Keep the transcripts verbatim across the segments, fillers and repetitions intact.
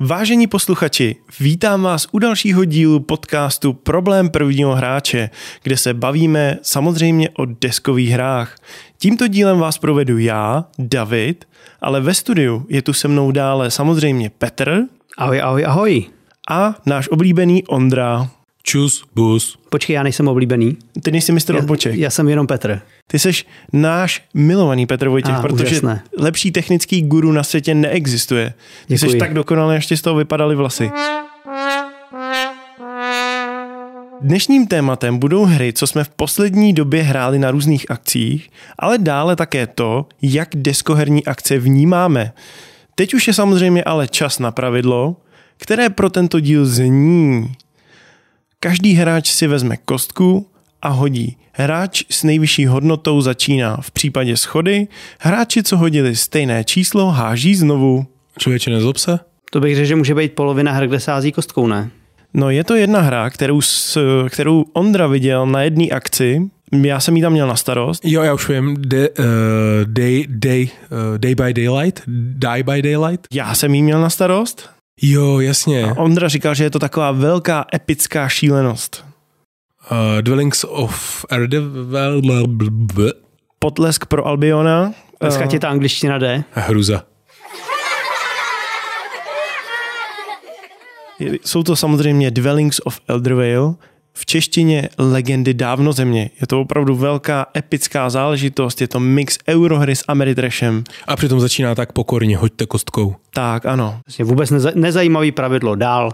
Vážení posluchači, vítám vás u dalšího dílu podcastu Problém prvního hráče, kde se bavíme samozřejmě o deskových hrách. Tímto dílem vás provedu já, David, ale ve studiu je tu se mnou dále samozřejmě Petr. Ahoj, ahoj, ahoj. A náš oblíbený Ondra. Čus, bus. Počkej, já nejsem oblíbený. Ty nejsi mistr odboček. Já jsem jenom Petr. Ty seš náš milovaný Petr Vojtěch, ah, protože úžasné. Lepší technický guru na světě neexistuje. Ty Děkuji. seš tak dokonalý, až ti z toho vypadaly vlasy. Dnešním tématem budou hry, co jsme v poslední době hráli na různých akcích, ale dále také to, jak deskoherní akce vnímáme. Teď už je samozřejmě ale čas na pravidlo, které pro tento díl zní. Každý hráč si vezme kostku a hodí. Hráč s nejvyšší hodnotou začíná. V případě schody hráči, co hodili stejné číslo, háží znovu. Člověče, nezlob se? To bych řekl, že může být polovina her, kde sází kostkou, ne? No je to jedna hra, kterou, s, kterou Ondra viděl na jedné akci. Já jsem ji tam měl na starost. Jo, já už vím. Day, uh, day, day, uh, day by Daylight? Die by Daylight? Já jsem ji měl na starost. Jo, jasně. A Ondra říkal, že je to taková velká epická šílenost. Uh, Dwellings of Erdevel. Potlesk pro Albiona. Dneska ti ta angličtina jde. Hruza. Jsou to samozřejmě Dwellings of Eldervale, v češtině Legendy dávno země. Je to opravdu velká epická záležitost, je to mix eurohry s Ameritrashem. A přitom začíná tak pokorně, hoďte kostkou. Tak, ano. Je vůbec neza- nezajímavý pravidlo. Dál.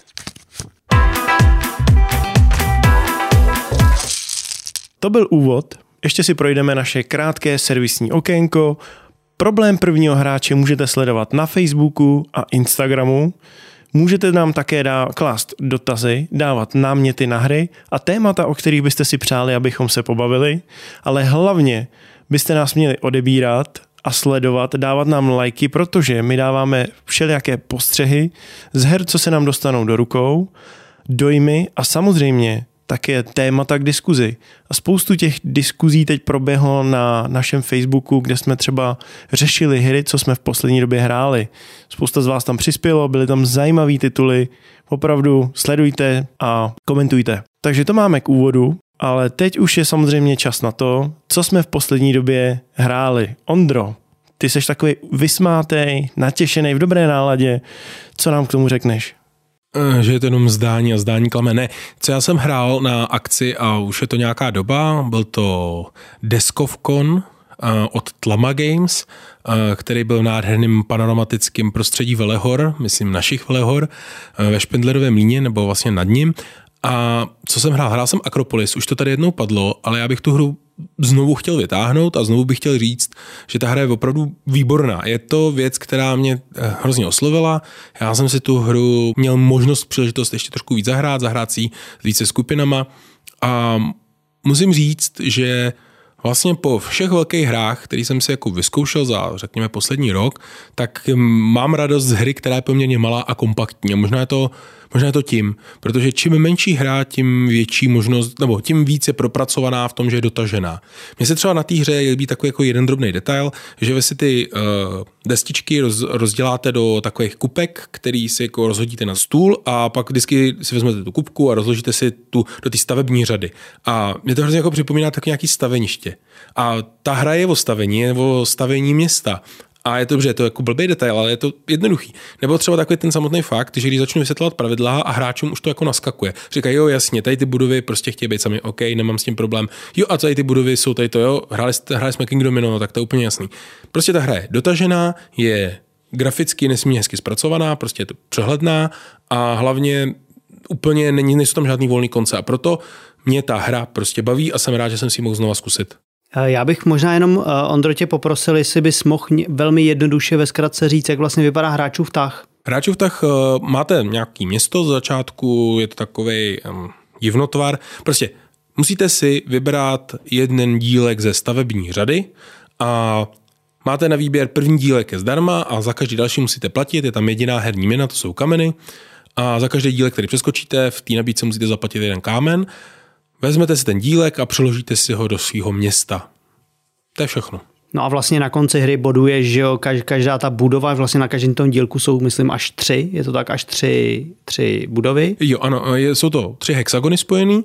To byl úvod. Ještě si projdeme naše krátké servisní okénko. Problém prvního hráče můžete sledovat na Facebooku a Instagramu. Můžete nám také dá, klást dotazy, dávat náměty na hry a témata, o kterých byste si přáli, abychom se pobavili, ale hlavně byste nás měli odebírat a sledovat, dávat nám lajky, protože my dáváme všelijaké postřehy z her, co se nám dostanou do rukou, dojmy a samozřejmě také témata k diskuzi. A spoustu těch diskuzí teď proběhlo na našem Facebooku, kde jsme třeba řešili hry, co jsme v poslední době hráli. Spousta z vás tam přispělo, byly tam zajímavý tituly. Opravdu sledujte a komentujte. Takže to máme k úvodu, ale teď už je samozřejmě čas na to, co jsme v poslední době hráli. Ondro, ty seš takový vysmátej, natěšený, v dobré náladě. Co nám k tomu řekneš? Že je to jenom zdání a zdání klame. Ne, co já jsem hrál na akci a už je to nějaká doba, byl to Deskovkon od Tlama Games, který byl v nádherným panoramatickým prostředí Velehor, myslím našich Velehor, ve Špindlerovém mlýně nebo vlastně nad ním. A co jsem hrál? Hrál jsem Akropolis, už to tady jednou padlo, ale já bych tu hru znovu chtěl vytáhnout a znovu bych chtěl říct, že ta hra je opravdu výborná. Je to věc, která mě hrozně oslovila. Já jsem si tu hru měl možnost, příležitost ještě trošku víc zahrát, zahrát si s více skupinama a musím říct, že vlastně po všech velkých hrách, který jsem si jako vyzkoušel za, řekněme, poslední rok, tak mám radost z hry, která je poměrně malá a kompaktní. A možná je to, možná je to tím, protože čím menší hra, tím větší možnost, nebo tím víc je propracovaná v tom, že je dotažená. Mně se třeba na té hře líbí takový jako jeden drobný detail, že vy si ty uh, destičky roz, rozděláte do takových kupek, který si jako rozhodíte na stůl a pak vždycky si vezmete tu kupku a rozložíte si tu do té stavební řady. A mě to hrozně jako připomíná tak nějaký staveniště. A ta hra je o stavení, je o stavení města. A je to dobře, je to jako blbý detail, ale je to jednoduchý. Nebo třeba takový ten samotný fakt, že když začnu vysvětlovat pravidla a hráčům už to jako naskakuje. Říkají, jo, jasně, tady ty budovy prostě chtějí být sami, OK, nemám s tím problém. Jo, a tady ty budovy jsou tady to, jo, hráli, hráli jsme King Domino, tak to je úplně jasný. Prostě ta hra je dotažená, je graficky nesmírně hezky zpracovaná, prostě je to přehledná a hlavně úplně není, nejsou tam žádný volný konce. A proto mě ta hra prostě baví a jsem rád, že jsem si ji mohl znova zkusit. Já bych možná jenom, Ondro, tě poprosil, jestli bys mohl velmi jednoduše ve zkratce říct, jak vlastně vypadá hráčův tah. Hráčův tah máte nějaký město z začátku, je to takovej um, divnotvar. Prostě musíte si vybrat jeden dílek ze stavební řady a máte na výběr první dílek je zdarma a za každý další musíte platit, je tam jediná herní měna, to jsou kameny a za každý dílek, který přeskočíte, v té nabídce musíte zaplatit jeden kámen. Vezmete si ten dílek a přeložíte si ho do svého města. To je všechno. No a vlastně na konci hry boduješ, že jo, každá ta budova, vlastně na každém tom dílku jsou, myslím, až tři, je to tak, až tři, tři budovy? Jo, ano, jsou to tři hexagony spojený.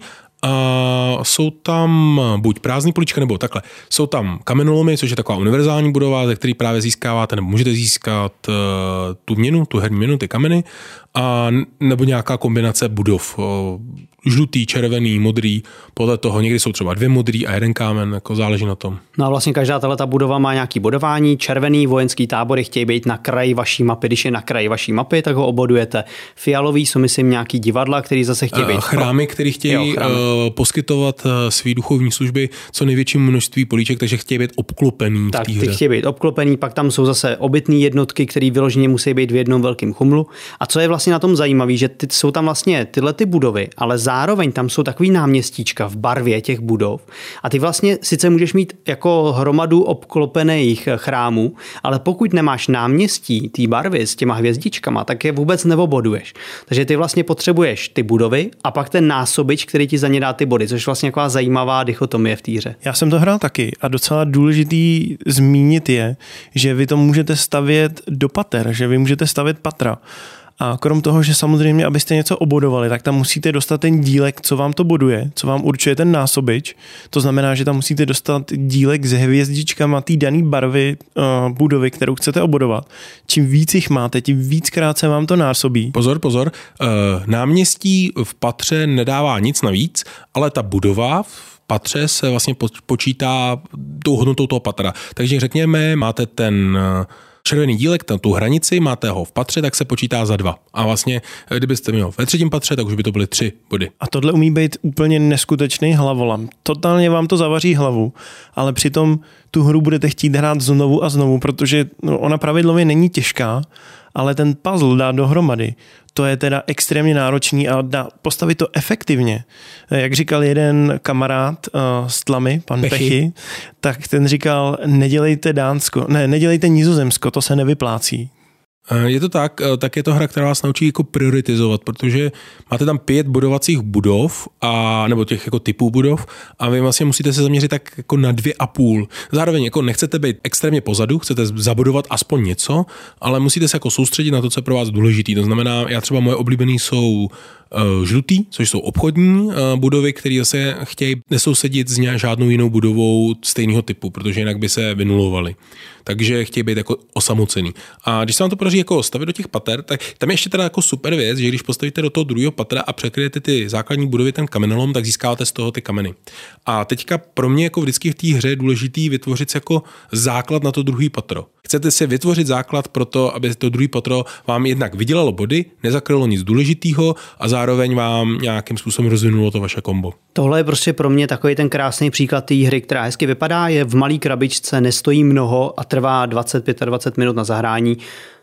A jsou tam buď prázdný políčka, nebo takhle. Jsou tam kamenolomy, což je taková univerzální budova, ze který právě získáváte, nebo můžete získat uh, tu měnu, tu herní měnu, ty kameny, a nebo nějaká kombinace budov. Uh, žlutý, červený, modrý, podle toho někdy jsou třeba dvě modrý a jeden kámen, jako záleží na tom. No a vlastně každá tato budova má nějaký bodování. Červený vojenský tábory chtějí být na kraji vaší mapy. Když je na kraji vaší mapy, tak ho obodujete. Fialový jsou, myslím, nějaký divadla, který zase chtějí být. Chrámy, který chtějí jo, chrámy. poskytovat svý duchovní služby co největší množství políček, takže chtějí být obklopený. Tak, ty chtějí být obklopený, pak tam jsou zase obytné jednotky, které vyloženě musí být v jednom velkém chumlu. A co je vlastně na tom zajímavé, že ty, jsou tam vlastně tyhle ty budovy, ale zároveň tam jsou takový náměstíčka v barvě těch budov. A ty vlastně sice můžeš mít jako hromadu obklopených chrámů, ale pokud nemáš náměstí té barvy s těma hvězdičkama, tak je vůbec neoboduješ. Takže ty vlastně potřebuješ ty budovy a pak ten násobič, který ti za ně dá ty body, což je vlastně taková zajímavá dichotomie v té hře. Já jsem to hrál taky a docela důležitý zmínit je, že vy to můžete stavět do pater, že vy můžete stavět patra. A krom toho, že samozřejmě, abyste něco obodovali, tak tam musíte dostat ten dílek, co vám to boduje, co vám určuje ten násobič. To znamená, že tam musíte dostat dílek s hvězdičkama té dané barvy uh, budovy, kterou chcete obodovat. Čím víc jich máte, tím víckrát se vám to násobí. Pozor, pozor. Uh, náměstí v patře nedává nic navíc, ale ta budova v patře se vlastně počítá tou hodnotou toho patra. Takže řekněme, máte ten červený dílek, tu hranici, máte ho v patře, tak se počítá za dva. A vlastně, kdybyste měl ve třetím patře, tak už by to byly tři body. A tohle umí být úplně neskutečný hlavolam. Totálně vám to zavaří hlavu, ale přitom tu hru budete chtít hrát znovu a znovu, protože no, ona pravidlově není těžká, ale ten puzzle dá dohromady. To je teda extrémně náročný a dá postavit to efektivně. Jak říkal jeden kamarád uh, z Tlamy, pan Pechy. Pechy, tak ten říkal, nedělejte Dánsko, ne, nedělejte Nizozemsko, to se nevyplácí. Je to tak, tak je to hra, která vás naučí jako prioritizovat, protože máte tam pět budovacích budov, a, nebo těch jako typů budov a vy vlastně musíte se zaměřit tak jako na dvě a půl. Zároveň jako nechcete být extrémně pozadu, chcete zabudovat aspoň něco, ale musíte se jako soustředit na to, co je pro vás důležitý. To znamená, já třeba moje oblíbený jsou žlutý, což jsou obchodní budovy, které zase chtějí nesousedit s žádnou jinou budovou stejného typu, protože jinak by se vynulovaly. Takže chtějí být jako osamocený. A když se vám to podaří jako stavit do těch pater, tak tam je ještě teda jako super věc, že když postavíte do toho druhého patra a překryjete ty základní budovy ten kamenolom, tak získáváte z toho ty kameny. A teďka pro mě jako vždycky v té hře je důležitý vytvořit si jako základ na to druhý patro. Chcete si vytvořit základ pro to, aby to druhý patro vám jednak vydělalo body, nezakrylo nic důležitého a zároveň vám nějakým způsobem rozvinulo to vaše kombo. Tohle je prostě pro mě takový ten krásný příklad té hry, která hezky vypadá, je v malý krabičce, nestojí mnoho a trvá dvacet až dvacet pět minut na zahrání.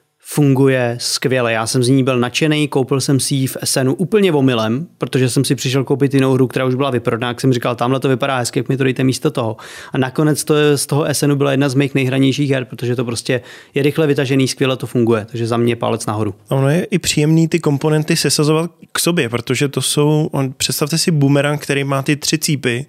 Funguje skvěle. Já jsem z ní byl nadšený, koupil jsem si ji v S N U úplně omylem, protože jsem si přišel koupit jinou hru, která už byla vyprodaná, jak jsem říkal, tamhle to vypadá hezky, jak mi to dejte místo toho. A nakonec to je, z toho S N U byla jedna z mých nejhranějších her, protože to prostě je rychle vytažený, skvěle to funguje, takže za mě palec nahoru. A ono je i příjemný ty komponenty sesazovat k sobě, protože to jsou, představte si bumerang, který má ty tři cípy,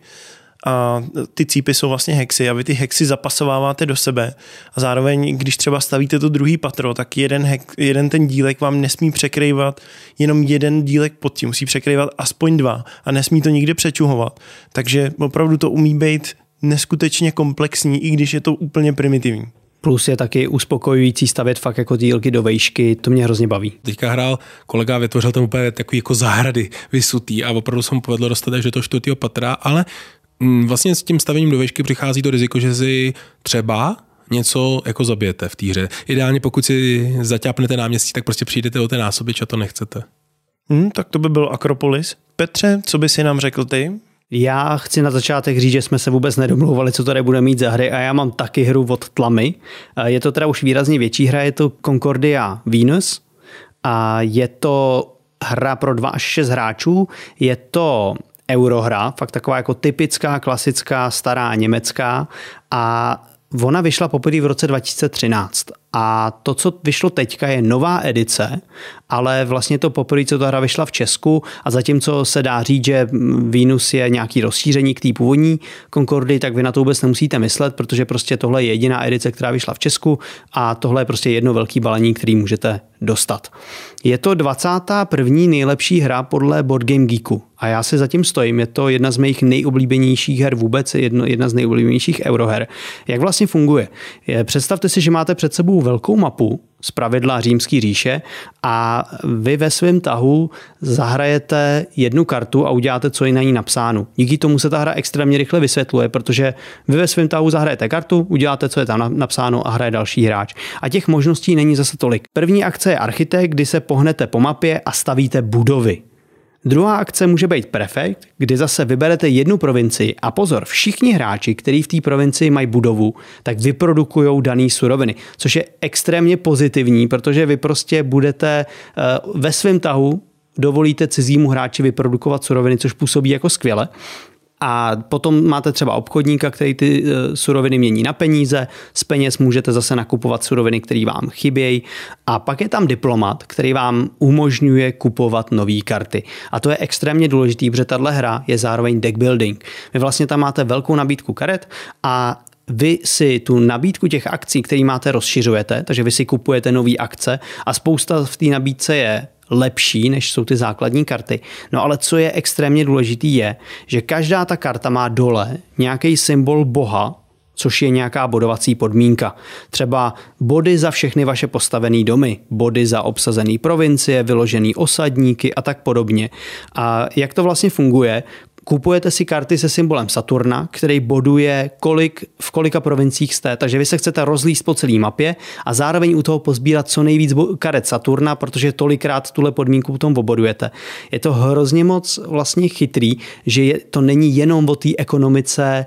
a ty cípy jsou vlastně hexy a vy ty hexy zapasováváte do sebe a zároveň, když třeba stavíte to druhý patro, tak jeden, hex, jeden ten dílek vám nesmí překrývat jenom jeden dílek pod tím, musí překrývat aspoň dva a nesmí to nikdy přečuhovat. Takže opravdu to umí být neskutečně komplexní, i když je to úplně primitivní. Plus je taky uspokojující stavět fakt jako dílky do vejšky, to mě hrozně baví. Teďka hrál kolega, vytvořil tam úplně takový jako zahrady vysutý a opravdu se mu povedlo dostat až do toho čtvrtého patra, ale vlastně s tím stavením do výšky přichází to riziko, že si třeba něco jako zabijete v té hře. Ideálně pokud si zaťápnete náměstí, tak prostě přijdete o ten násobič a to nechcete. Hmm, tak to by byl Akropolis. Petře, co by si nám řekl ty? Já chci na začátek říct, že jsme se vůbec nedomlouvali, co tady bude mít za hry a já mám taky hru od Tlamy. Je to teda už výrazně větší hra, je to Concordia Venus a je to hra pro dva až šest hráčů. Je to eurohra, fakt taková jako typická, klasická, stará německá a ona vyšla poprvé v roce dva tisíce třináct A to, co vyšlo teďka, je nová edice, ale vlastně to poprvé, co ta hra vyšla v Česku a zatímco se dá říct, že Venus je nějaký rozšíření k té původní Concordii, tak vy na to vůbec nemusíte myslet, protože prostě tohle je jediná edice, která vyšla v Česku a tohle je prostě jedno velký balení, který můžete dostat. Je to dvacátá první nejlepší hra podle Board Game Geeku a já si zatím stojím, je to jedna z mých nejoblíbenějších her vůbec, jedno, jedna z nejoblíbenějších euroher. Jak vlastně funguje? Představte si, že máte před sebou velkou mapu z pravidla Římské říše a vy ve svém tahu zahrajete jednu kartu a uděláte, co je na ní napsáno. Díky tomu se ta hra extrémně rychle vysvětluje, protože vy ve svém tahu zahrajete kartu, uděláte, co je tam napsáno a hraje další hráč. A těch možností není zase tolik. První akce je architekt, kdy se pohnete po mapě a stavíte budovy. Druhá akce může být prefekt, kdy zase vyberete jednu provincii a pozor, všichni hráči, kteří v té provincii mají budovu, tak vyprodukují dané suroviny, což je extrémně pozitivní, protože vy prostě budete uh, ve svém tahu dovolíte cizímu hráči vyprodukovat suroviny, což působí jako skvěle. A potom máte třeba obchodníka, který ty suroviny mění na peníze, z peněz můžete zase nakupovat suroviny, které vám chybějí. A pak je tam diplomat, který vám umožňuje kupovat nové karty. A to je extrémně důležitý, protože tahle hra je zároveň deck building. Vy vlastně tam máte velkou nabídku karet a vy si tu nabídku těch akcí, které máte, rozšiřujete, takže vy si kupujete nové akce a spousta v té nabídce je lepší, než jsou ty základní karty. No ale co je extrémně důležitý je, že každá ta karta má dole nějaký symbol boha, což je nějaká bodovací podmínka. Třeba body za všechny vaše postavené domy, body za obsazené provincie, vyložené osadníky a tak podobně. A jak to vlastně funguje? Kupujete si karty se symbolem Saturna, který boduje, kolik, v kolika provinciích jste, takže vy se chcete rozlíst po celé mapě a zároveň u toho pozbírat co nejvíc karet Saturna, protože tolikrát tuhle podmínku potom obodujete. Je to hrozně moc vlastně chytrý, že je, to není jenom o té ekonomice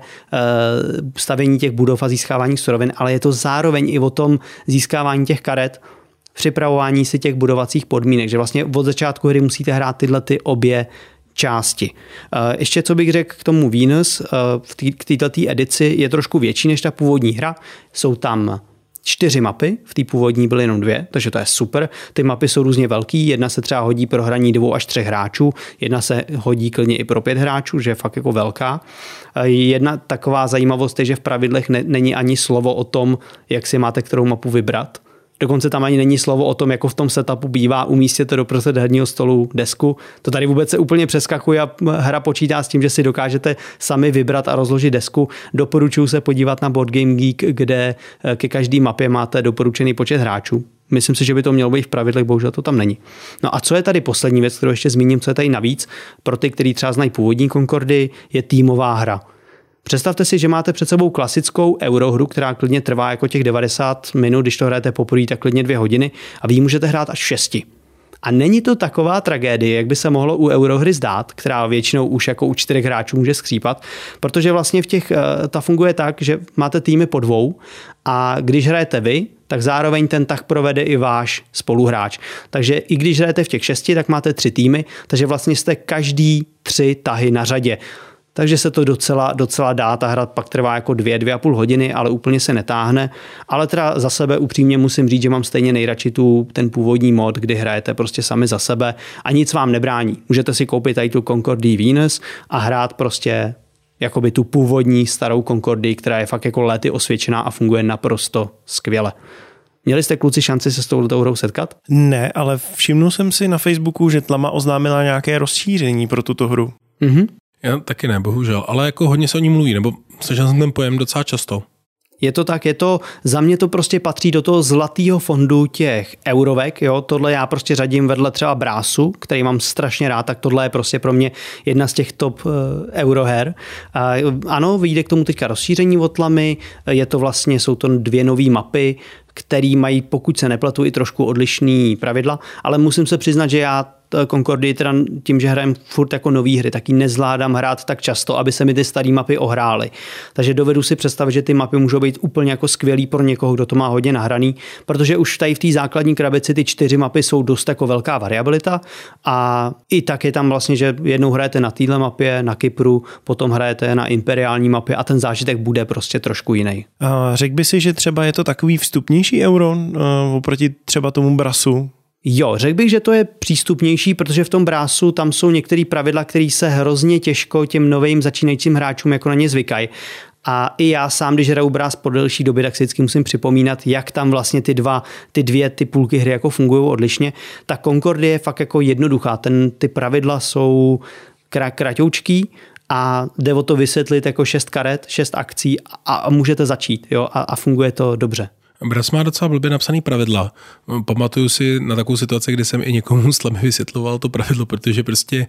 stavění těch budov a získávání surovin, ale je to zároveň i o tom získávání těch karet, připravování si těch budovacích podmínek, že vlastně od začátku hry musíte hrát tyhle ty obě části. Ještě co bych řekl k tomu Venus, k této edici je trošku větší než ta původní hra. Jsou tam čtyři mapy, v té původní byly jenom dvě, takže to je super. Ty mapy jsou různě velký, jedna se třeba hodí pro hraní dvou až třech hráčů, jedna se hodí klidně i pro pět hráčů, že je fakt jako velká. Jedna taková zajímavost je, že v pravidlech ne, není ani slovo o tom, jak si máte kterou mapu vybrat. Dokonce tam ani není slovo o tom, jako v tom setupu bývá, umístěte doprostřed herního stolu desku. To tady vůbec se úplně přeskakuje a hra počítá s tím, že si dokážete sami vybrat a rozložit desku. Doporučuji se podívat na Board Game Geek, kde ke každé mapě máte doporučený počet hráčů. Myslím si, že by to mělo být v pravidlech, bohužel to tam není. No a co je tady poslední věc, kterou ještě zmíním, co je tady navíc, pro ty, kteří třeba znají původní Concordii, je týmová hra. Představte si, že máte před sebou klasickou eurohru, která klidně trvá jako těch devadesát minut, když to hrajete poprvé, tak klidně dvě hodiny a vy ji můžete hrát až v šesti. A není to taková tragédie, jak by se mohlo u eurohry zdát, která většinou už jako u čtyřech hráčů může skřípat, protože vlastně v těch, ta funguje tak, že máte týmy po dvou a když hrajete vy, tak zároveň ten tah provede i váš spoluhráč. Takže i když hrajete v těch šesti, tak máte tři týmy, takže vlastně jste každý tři tahy na řadě. Takže se to docela, docela dá, ta hra pak trvá jako dvě, dvě a půl hodiny, ale úplně se netáhne. Ale teda za sebe upřímně musím říct, že mám stejně nejradši tu, ten původní mod, kdy hrajete prostě sami za sebe a nic vám nebrání. Můžete si koupit tady tu Concordii Venus a hrát prostě jakoby tu původní starou Concordii, která je fakt jako léty osvědčená a funguje naprosto skvěle. Měli jste kluci šanci se s touto hrou setkat? Ne, ale všimnul jsem si na Facebooku, že Tlama oznámila nějaké rozšíření pro tuto hru. Mhm. Já taky ne, bohužel, ale jako hodně se o ní mluví, nebo slyšel jsem ten pojem docela často. Je to tak, je to, za mě to prostě patří do toho zlatého fondu těch eurovek, jo, tohle já prostě řadím vedle třeba Brásu, který mám strašně rád, tak tohle je prostě pro mě jedna z těch top uh, euroher. Uh, ano, vyjde k tomu teďka rozšíření od Tlamy, je to vlastně, jsou to dvě nové mapy, který mají, pokud se nepletu, i trošku odlišný pravidla, ale musím se přiznat, že já Concordii teda tím, že hrajem furt jako nový hry, taky nezvládám hrát tak často, aby se mi ty staré mapy ohrály. Takže dovedu si představit, že ty mapy můžou být úplně jako skvělý pro někoho, kdo to má hodně nahraný, protože už tady v té základní krabici ty čtyři mapy jsou dost jako velká variabilita a i tak je tam vlastně, že jednou hrajete na téhle mapě, na Kypru, potom hrajete na imperiální mapě a ten zážitek bude prostě trošku jiný. A řekl by si, že třeba je to takový vstupnější euro uh, oproti třeba tomu Brasu? Jo, řekl bych, že to je přístupnější, protože v tom Brasu tam jsou některé pravidla, které se hrozně těžko těm novým začínajícím hráčům jako na ně zvykají. A i já sám, když hraju Brass po delší době, tak si vždycky musím připomínat, jak tam vlastně ty dva, ty dvě ty půlky hry jako fungují odlišně. Ta Concordie je fakt jako jednoduchá. Ten, ty pravidla jsou kratoučký a jde o to vysvětlit jako šest karet, šest akcí a, a můžete začít, jo, a, a funguje to dobře. Brass má docela blbě napsaný pravidla. Pamatuju si na takovou situaci, kdy jsem i někomu s tlamy vysvětloval to pravidlo, protože prostě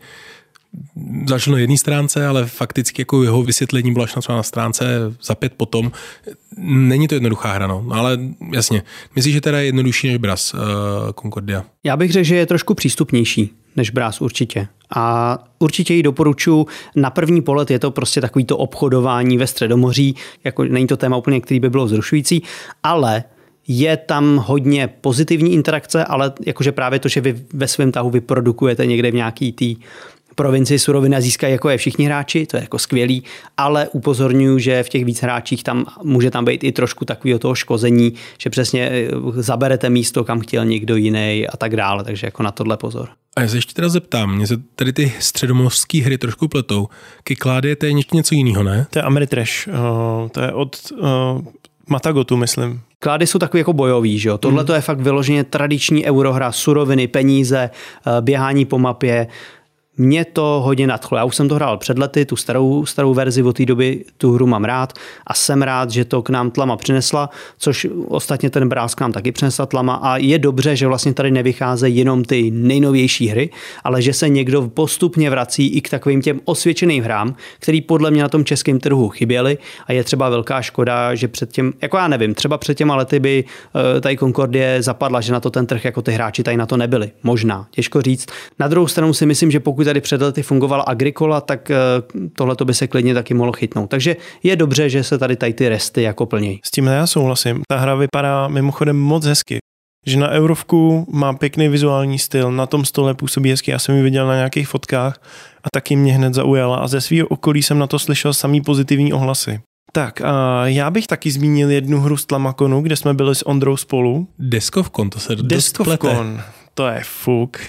začal na jedné stránce, ale fakticky jako jeho vysvětlení bylo až na stránce za pět potom. Není to jednoduchá hra, no, ale jasně. Myslíš, že teda je jednodušší než Brass, uh, Concordia? Já bych řekl, že je trošku přístupnější než Brass určitě. A určitě ji doporučuji. Na první pohled je to prostě takový to obchodování ve Středomoří, jako není to téma úplně, který by bylo vzrušující, ale je tam hodně pozitivní interakce, ale jakože právě to, že vy ve svém tahu vyprodukujete někde v nějaký tý provincii suroviny a získají jako je všichni hráči, to je jako skvělý, ale upozorňuji, že v těch víc hráčích tam může tam být i trošku takového toho škození, že přesně zaberete místo, kam chtěl někdo jiný a tak dále, takže jako na tohle pozor. A já se ještě teda zeptám, mě se tady ty středomořské hry trošku pletou. Kykládie, to je něco jiného, ne? To je Ameritrash, uh, to je od uh, Matagotu, myslím. Klády jsou takový jako bojový, že jo? Tohle to je fakt vyloženě tradiční eurohra, suroviny, peníze, běhání po mapě. Mě to hodně nadchlo. Já už jsem to hrál před lety, tu starou, starou verzi, od té doby tu hru mám rád a jsem rád, že to k nám Tlama přinesla, což ostatně ten Brass k nám taky přinesla Tlama a je dobře, že vlastně tady nevycházejí jenom ty nejnovější hry, ale že se někdo postupně vrací i k takovým těm osvědčeným hrám, který podle mě na tom českém trhu chyběly a je třeba velká škoda, že před těm, jako já nevím, třeba před těma lety by tady Concordie zapadla, že na to ten trh jako ty hráči tady na to nebyli. Možná, těžko říct. Na druhou stranu si myslím, že pokud tady před lety fungovala Agricola, tak tohle by se klidně taky mohlo chytnout. Takže je dobře, že se tady tady ty resty jako plní. S tím já souhlasím. Ta hra vypadá mimochodem moc hezky. Že na eurovku má pěkný vizuální styl, na tom stole působí hezky, já jsem ji viděl na nějakých fotkách a taky mě hned zaujala a ze svého okolí jsem na to slyšel samý pozitivní ohlasy. Tak a já bych taky zmínil jednu hru z Tlamakonu, kde jsme byli s Ondrou spolu. Deskovkon, to se dost Deskovkon, to je fuk.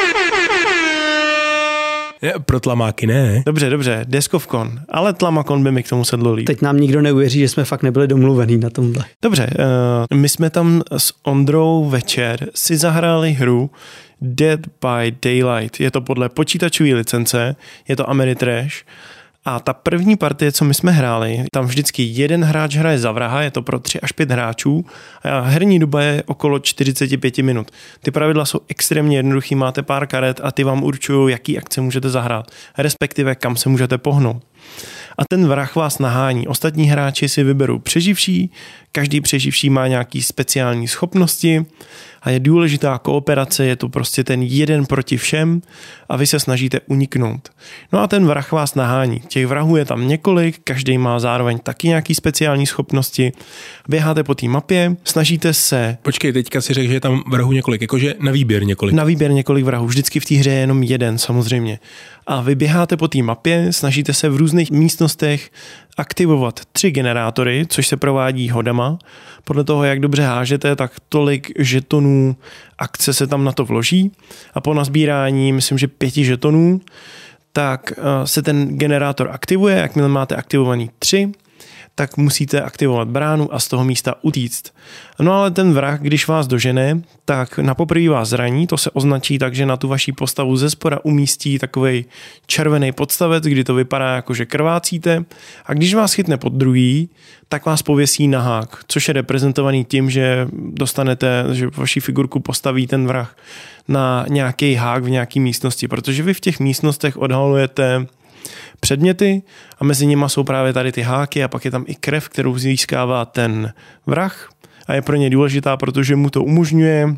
Je, pro tlamáky ne. Dobře, dobře, Deskovkon, ale Tlamakon by mi k tomu sedlo líp. Teď nám nikdo neuvěří, že jsme fakt nebyli domluvený na tomhle. Dobře, uh, my jsme tam s Ondrou večer si zahráli hru Dead by Daylight. Je to podle počítačové licence, je to Ameritrash. A ta první partie, co my jsme hráli, tam vždycky jeden hráč hraje za vraha, je to pro tři až pět hráčů a herní doba je okolo čtyřicet pět minut. Ty pravidla jsou extrémně jednoduchý, máte pár karet a ty vám určují, jaký akce můžete zahrát, respektive kam se můžete pohnout. A ten vrah vás nahání. Ostatní hráči si vyberou přeživší, každý přeživší má nějaký speciální schopnosti a je důležitá kooperace, je to prostě ten jeden proti všem a vy se snažíte uniknout. No a ten vrah vás nahání. Těch vrahů je tam několik, každý má zároveň taky nějaký speciální schopnosti. Běháte po té mapě, snažíte se... Počkej, teďka si řekl, že je tam vrahů několik, jakože na výběr několik. Na výběr několik vrahů, vždycky v té hře je jenom jeden samozřejmě. A vy běháte po té mapě, snažíte se v různých místnostech aktivovat tři generátory, což se provádí hodama. Podle toho, jak dobře hážete, tak tolik žetonů akce se tam na to vloží. A po nazbírání, myslím, že pěti žetonů, tak se ten generátor aktivuje. Jakmile máte aktivovaný tři, tak musíte aktivovat bránu a z toho místa utíct. No ale ten vrah, když vás dožene, tak na poprvé vás zraní, to se označí tak, že na tu vaší postavu ze spora umístí takovej červený podstavec, kdy to vypadá jako, že krvácíte a když vás chytne pod druhý, tak vás pověsí na hák, což je reprezentovaný tím, že dostanete, že vaši figurku postaví ten vrah na nějaký hák v nějaké místnosti, protože vy v těch místnostech odhalujete předměty a mezi nimi jsou právě tady ty háky a pak je tam i krev, kterou získává ten vrah a je pro ně důležitá, protože mu to umožňuje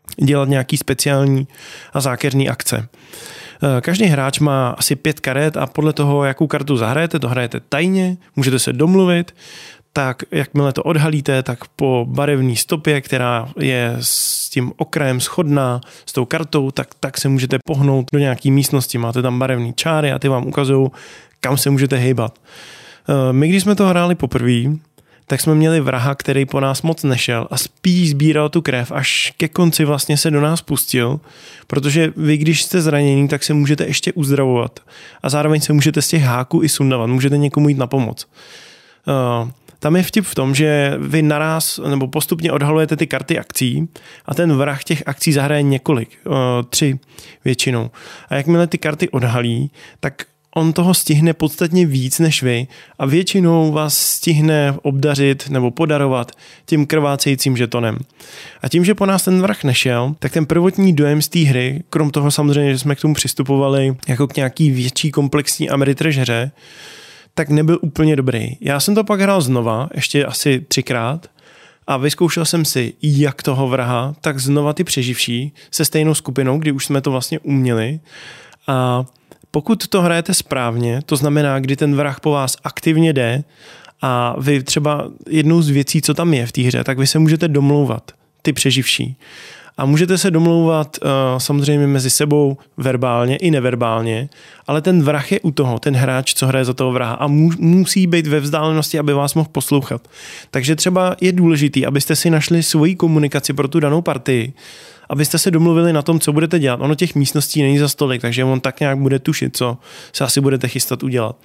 dělat nějaký speciální a zákeřný akce. Každý hráč má asi pět karet a podle toho, jakou kartu zahrajete, to hrajete tajně, můžete se domluvit, tak jakmile to odhalíte, tak po barevné stopě, která je s tím okrajem shodná s tou kartou, tak, tak se můžete pohnout do nějaké místnosti. Máte tam barevné čáry a ty vám ukazují, kam se můžete hejbat. My, když jsme to hráli poprvé, tak jsme měli vraha, který po nás moc nešel a spíš sbíral tu krev, až ke konci vlastně se do nás pustil, protože vy, když jste zranění, tak se můžete ještě uzdravovat a zároveň se můžete z těch háků i sundavat, můžete někomu jít na pomoc. Uh, tam je vtip v tom, že vy naraz nebo postupně odhalujete ty karty akcí a ten vrah těch akcí zahraje několik, uh, tři většinou. A jakmile ty karty odhalí, tak on toho stihne podstatně víc než vy a většinou vás stihne obdařit nebo podarovat tím krvácejícím žetonem. A tím, že po nás ten vrah nešel, tak ten prvotní dojem z té hry, krom toho samozřejmě, že jsme k tomu přistupovali jako k nějaký větší komplexní Ameritrash hře, tak nebyl úplně dobrý. Já jsem to pak hrál znova, ještě asi třikrát, a vyzkoušel jsem si jak toho vraha, tak znova ty přeživší se stejnou skupinou, kdy už jsme to vlastně uměli. A pokud to hrajete správně, to znamená, kdy ten vrah po vás aktivně jde a vy třeba jednou z věcí, co tam je v té hře, tak vy se můžete domlouvat, ty přeživší. A můžete se domlouvat uh, samozřejmě mezi sebou verbálně i neverbálně, ale ten vrah je u toho, ten hráč, co hraje za toho vraha a mu, musí být ve vzdálenosti, aby vás mohl poslouchat. Takže třeba je důležitý, abyste si našli svoji komunikaci pro tu danou partii, abyste se domluvili na tom, co budete dělat. Ono těch místností není za stolik, takže on tak nějak bude tušit, co se asi budete chystat udělat.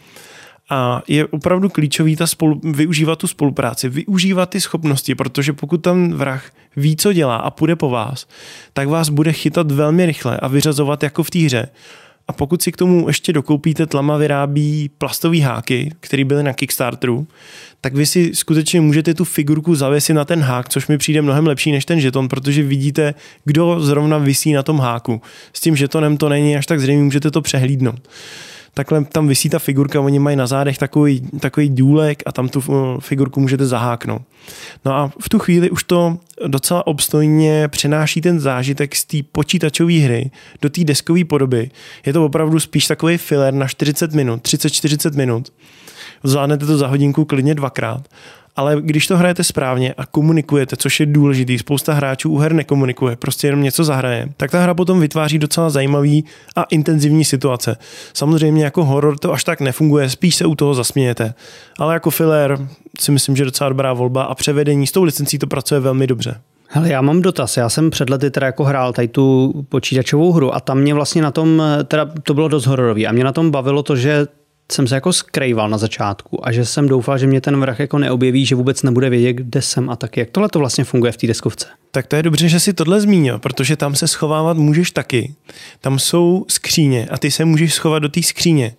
A je opravdu klíčový ta spolu, využívat tu spolupráci, využívat ty schopnosti, protože pokud tam vrah ví, co dělá a půjde po vás, tak vás bude chytat velmi rychle a vyřazovat jako v té hře. A pokud si k tomu ještě dokoupíte, Tlama vyrábí plastové háky, které byly na Kickstarteru, tak vy si skutečně můžete tu figurku zavěsit na ten hák, což mi přijde mnohem lepší než ten žeton, protože vidíte, kdo zrovna visí na tom háku. S tím žetonem to není až tak zřejmě, můžete to přehlídnout. Takhle tam visí ta figurka, oni mají na zádech takový, takový důlek a tam tu figurku můžete zaháknout. No a v tu chvíli už to docela obstojně přenáší ten zážitek z té počítačové hry do té deskové podoby. Je to opravdu spíš takový filler na čtyřicet minut, třicet čtyřicet minut. Zvládnete to za hodinku klidně dvakrát. Ale když to hrajete správně a komunikujete, což je důležitý, spousta hráčů u her nekomunikuje, prostě jenom něco zahraje, tak ta hra potom vytváří docela zajímavý a intenzivní situace. Samozřejmě jako horor to až tak nefunguje, spíš se u toho zasmějete. Ale jako filler si myslím, že docela dobrá volba a převedení s tou licencí to pracuje velmi dobře. Hele, já mám dotaz. Já jsem před lety teda jako hrál tady tu počítačovou hru a tam mě vlastně na tom, teda to bylo dost hororový a mě na tom bavilo to, že jsem se jako skrýval na začátku a že jsem doufal, že mě ten vrah jako neobjeví, že vůbec nebude vědět, kde jsem a tak. Jak tohle to vlastně funguje v té deskovce? Tak to je dobře, že si tohle zmínil, protože tam se schovávat můžeš taky. Tam jsou skříně a ty se můžeš schovat do té skříně.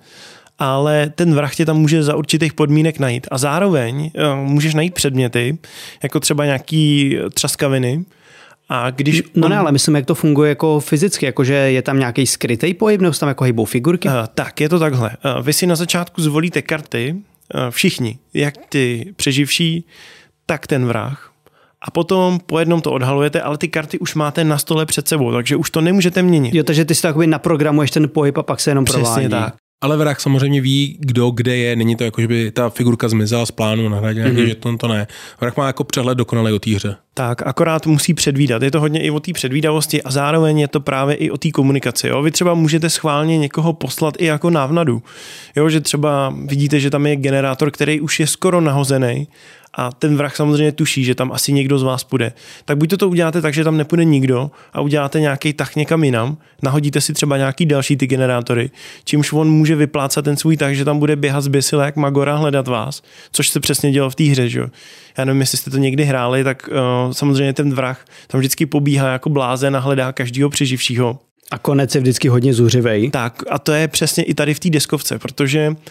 Ale ten vrah tě tam může za určitých podmínek najít. A zároveň můžeš najít předměty, jako třeba nějaký třaskaviny. A když no on... ne, ale myslím, jak to funguje jako fyzicky, jakože je tam nějaký skrytý pohyb, nebo tam jako hejbou figurky? Uh, tak, je to takhle. Uh, vy si na začátku zvolíte karty, uh, všichni, jak ty přeživší, tak ten vrah. A potom po jednom to odhalujete, ale ty karty už máte na stole před sebou, takže už to nemůžete měnit. Jo, takže ty si takový naprogramuješ ten pohyb a pak se jenom provádí. Přesně tak. Ale vrah samozřejmě ví, kdo kde je, není to jako, že by ta figurka zmizela z plánu, nahradil nějaký mm-hmm. žeton, to ne. Vrah má jako přehled dokonalý o té hře. Tak, akorát musí předvídat. Je to hodně i o té předvídavosti a zároveň je to právě i o té komunikaci. Jo? Vy třeba můžete schválně někoho poslat i jako návnadu. Jo? Že třeba vidíte, že tam je generátor, který už je skoro nahozený a ten vrah samozřejmě tuší, že tam asi někdo z vás půjde. Tak buď to, to uděláte tak, že tam nepůjde nikdo a uděláte nějaký tah někam jinam, nahodíte si třeba nějaký další ty generátory, čímž on může vyplácat ten svůj tah, že tam bude běhat zběsile jak Magora hledat vás, což se přesně dělo v té hře. Že? Já nevím, jestli jste to někdy hráli, tak uh, samozřejmě ten vrah tam vždycky pobíhá jako blázen a hledá každýho přeživšího. A konec je vždycky hodně zuřivej. Tak a to je přesně i tady v té deskovce, protože uh,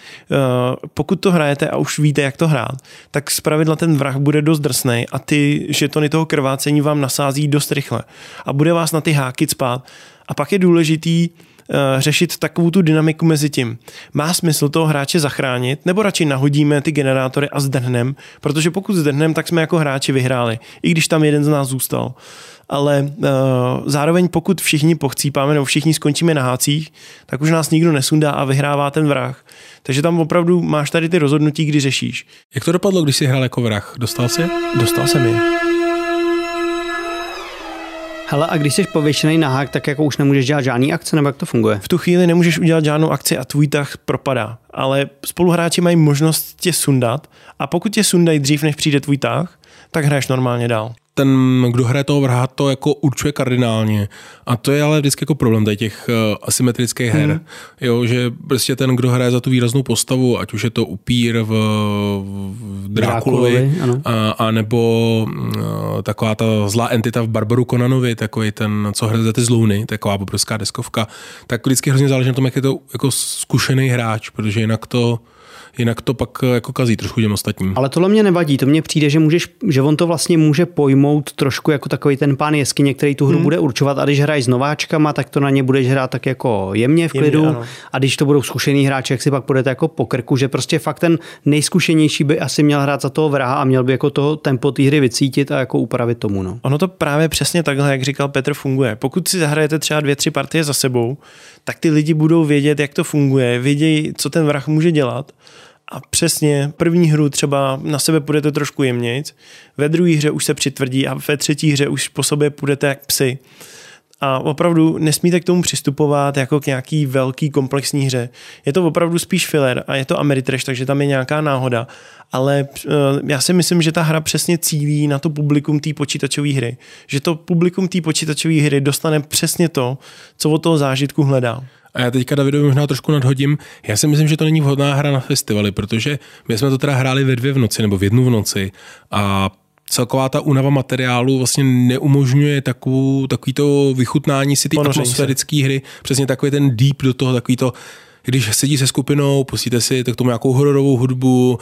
pokud to hrajete a už víte, jak to hrát, tak zpravidla ten vrah bude dost drsnej a ty žetony toho krvácení vám nasází dost rychle a bude vás na ty háky cpát. A pak je důležitý řešit takovou tu dynamiku mezi tím. Má smysl toho hráče zachránit, nebo radši nahodíme ty generátory a zdrhnem, protože pokud zdrhnem, tak jsme jako hráči vyhráli, i když tam jeden z nás zůstal. Ale uh, zároveň pokud všichni pochcípáme nebo všichni skončíme na hácích, tak už nás nikdo nesundá a vyhrává ten vrah. Takže tam opravdu máš tady ty rozhodnutí, kdy řešíš. Jak to dopadlo, když jsi hrál jako vrah? Dostal jsi? Dostal jsem je. Hele, a když jsi pověšený na hák, tak jako už nemůžeš dělat žádný akce, nebo jak to funguje? V tu chvíli nemůžeš udělat žádnou akci a tvůj tah propadá. Ale spoluhráči mají možnost tě sundat a pokud tě sundají dřív, než přijde tvůj tah, tak hraješ normálně dál. Ten, kdo hraje toho vraha, to jako určuje kardinálně. A to je ale vždycky jako problém tady těch uh, asymetrických her. Hmm. Jo, že prostě ten, kdo hraje za tu výraznou postavu, ať už je to upír v, v Drákulovi, a, a nebo uh, taková ta zlá entita v Barbaru Conanovi, takový ten, co hraje za ty zlouny, taková obrovská deskovka, tak vždycky hrozně záleží na tom, jak je to jako zkušený hráč, protože jinak to Jinak to pak jako kazí trošku těm ostatním. Ale tohle mě nevadí, to mně přijde, že, můžeš, že on to vlastně může pojmout trošku jako takový ten pán jeskyně, který tu hru hmm. bude určovat a když hraješ s nováčkama, tak to na ně budeš hrát tak jako jemně v klidu jemně, a když to budou zkušený hráči, jak si pak půjdete jako po krku, že prostě fakt ten nejzkušenější by asi měl hrát za toho vraha a měl by jako to tempo té hry vycítit a jako upravit tomu. No. Ono to právě přesně takhle, jak říkal Petr, funguje. Pokud si zahrajete třeba dvě, tři partie za sebou, tak ty lidi budou vědět, jak to funguje, vědějí, co ten vrah může dělat. A přesně první hru třeba na sebe půjdete trošku jemnějc, ve druhé hře už se přitvrdí a ve třetí hře už po sobě půjdete jak psy. A opravdu nesmíte k tomu přistupovat jako k nějaký velký komplexní hře. Je to opravdu spíš filler a je to Ameritrash, takže tam je nějaká náhoda. Ale uh, já si myslím, že ta hra přesně cílí na to publikum té počítačové hry. Že to publikum té počítačové hry dostane přesně to, co od toho zážitku hledá. A já teďka Davidovi možná trošku nadhodím. Já si myslím, že to není vhodná hra na festivaly, protože my jsme to teda hráli ve dvě v noci nebo v jednu v noci a celková ta únava materiálu vlastně neumožňuje takovou, takový to vychutnání si ty atmosférické hry. Přesně takový ten deep do toho, takový to, když sedí se skupinou, pustíte si tak tomu nějakou hororovou hudbu,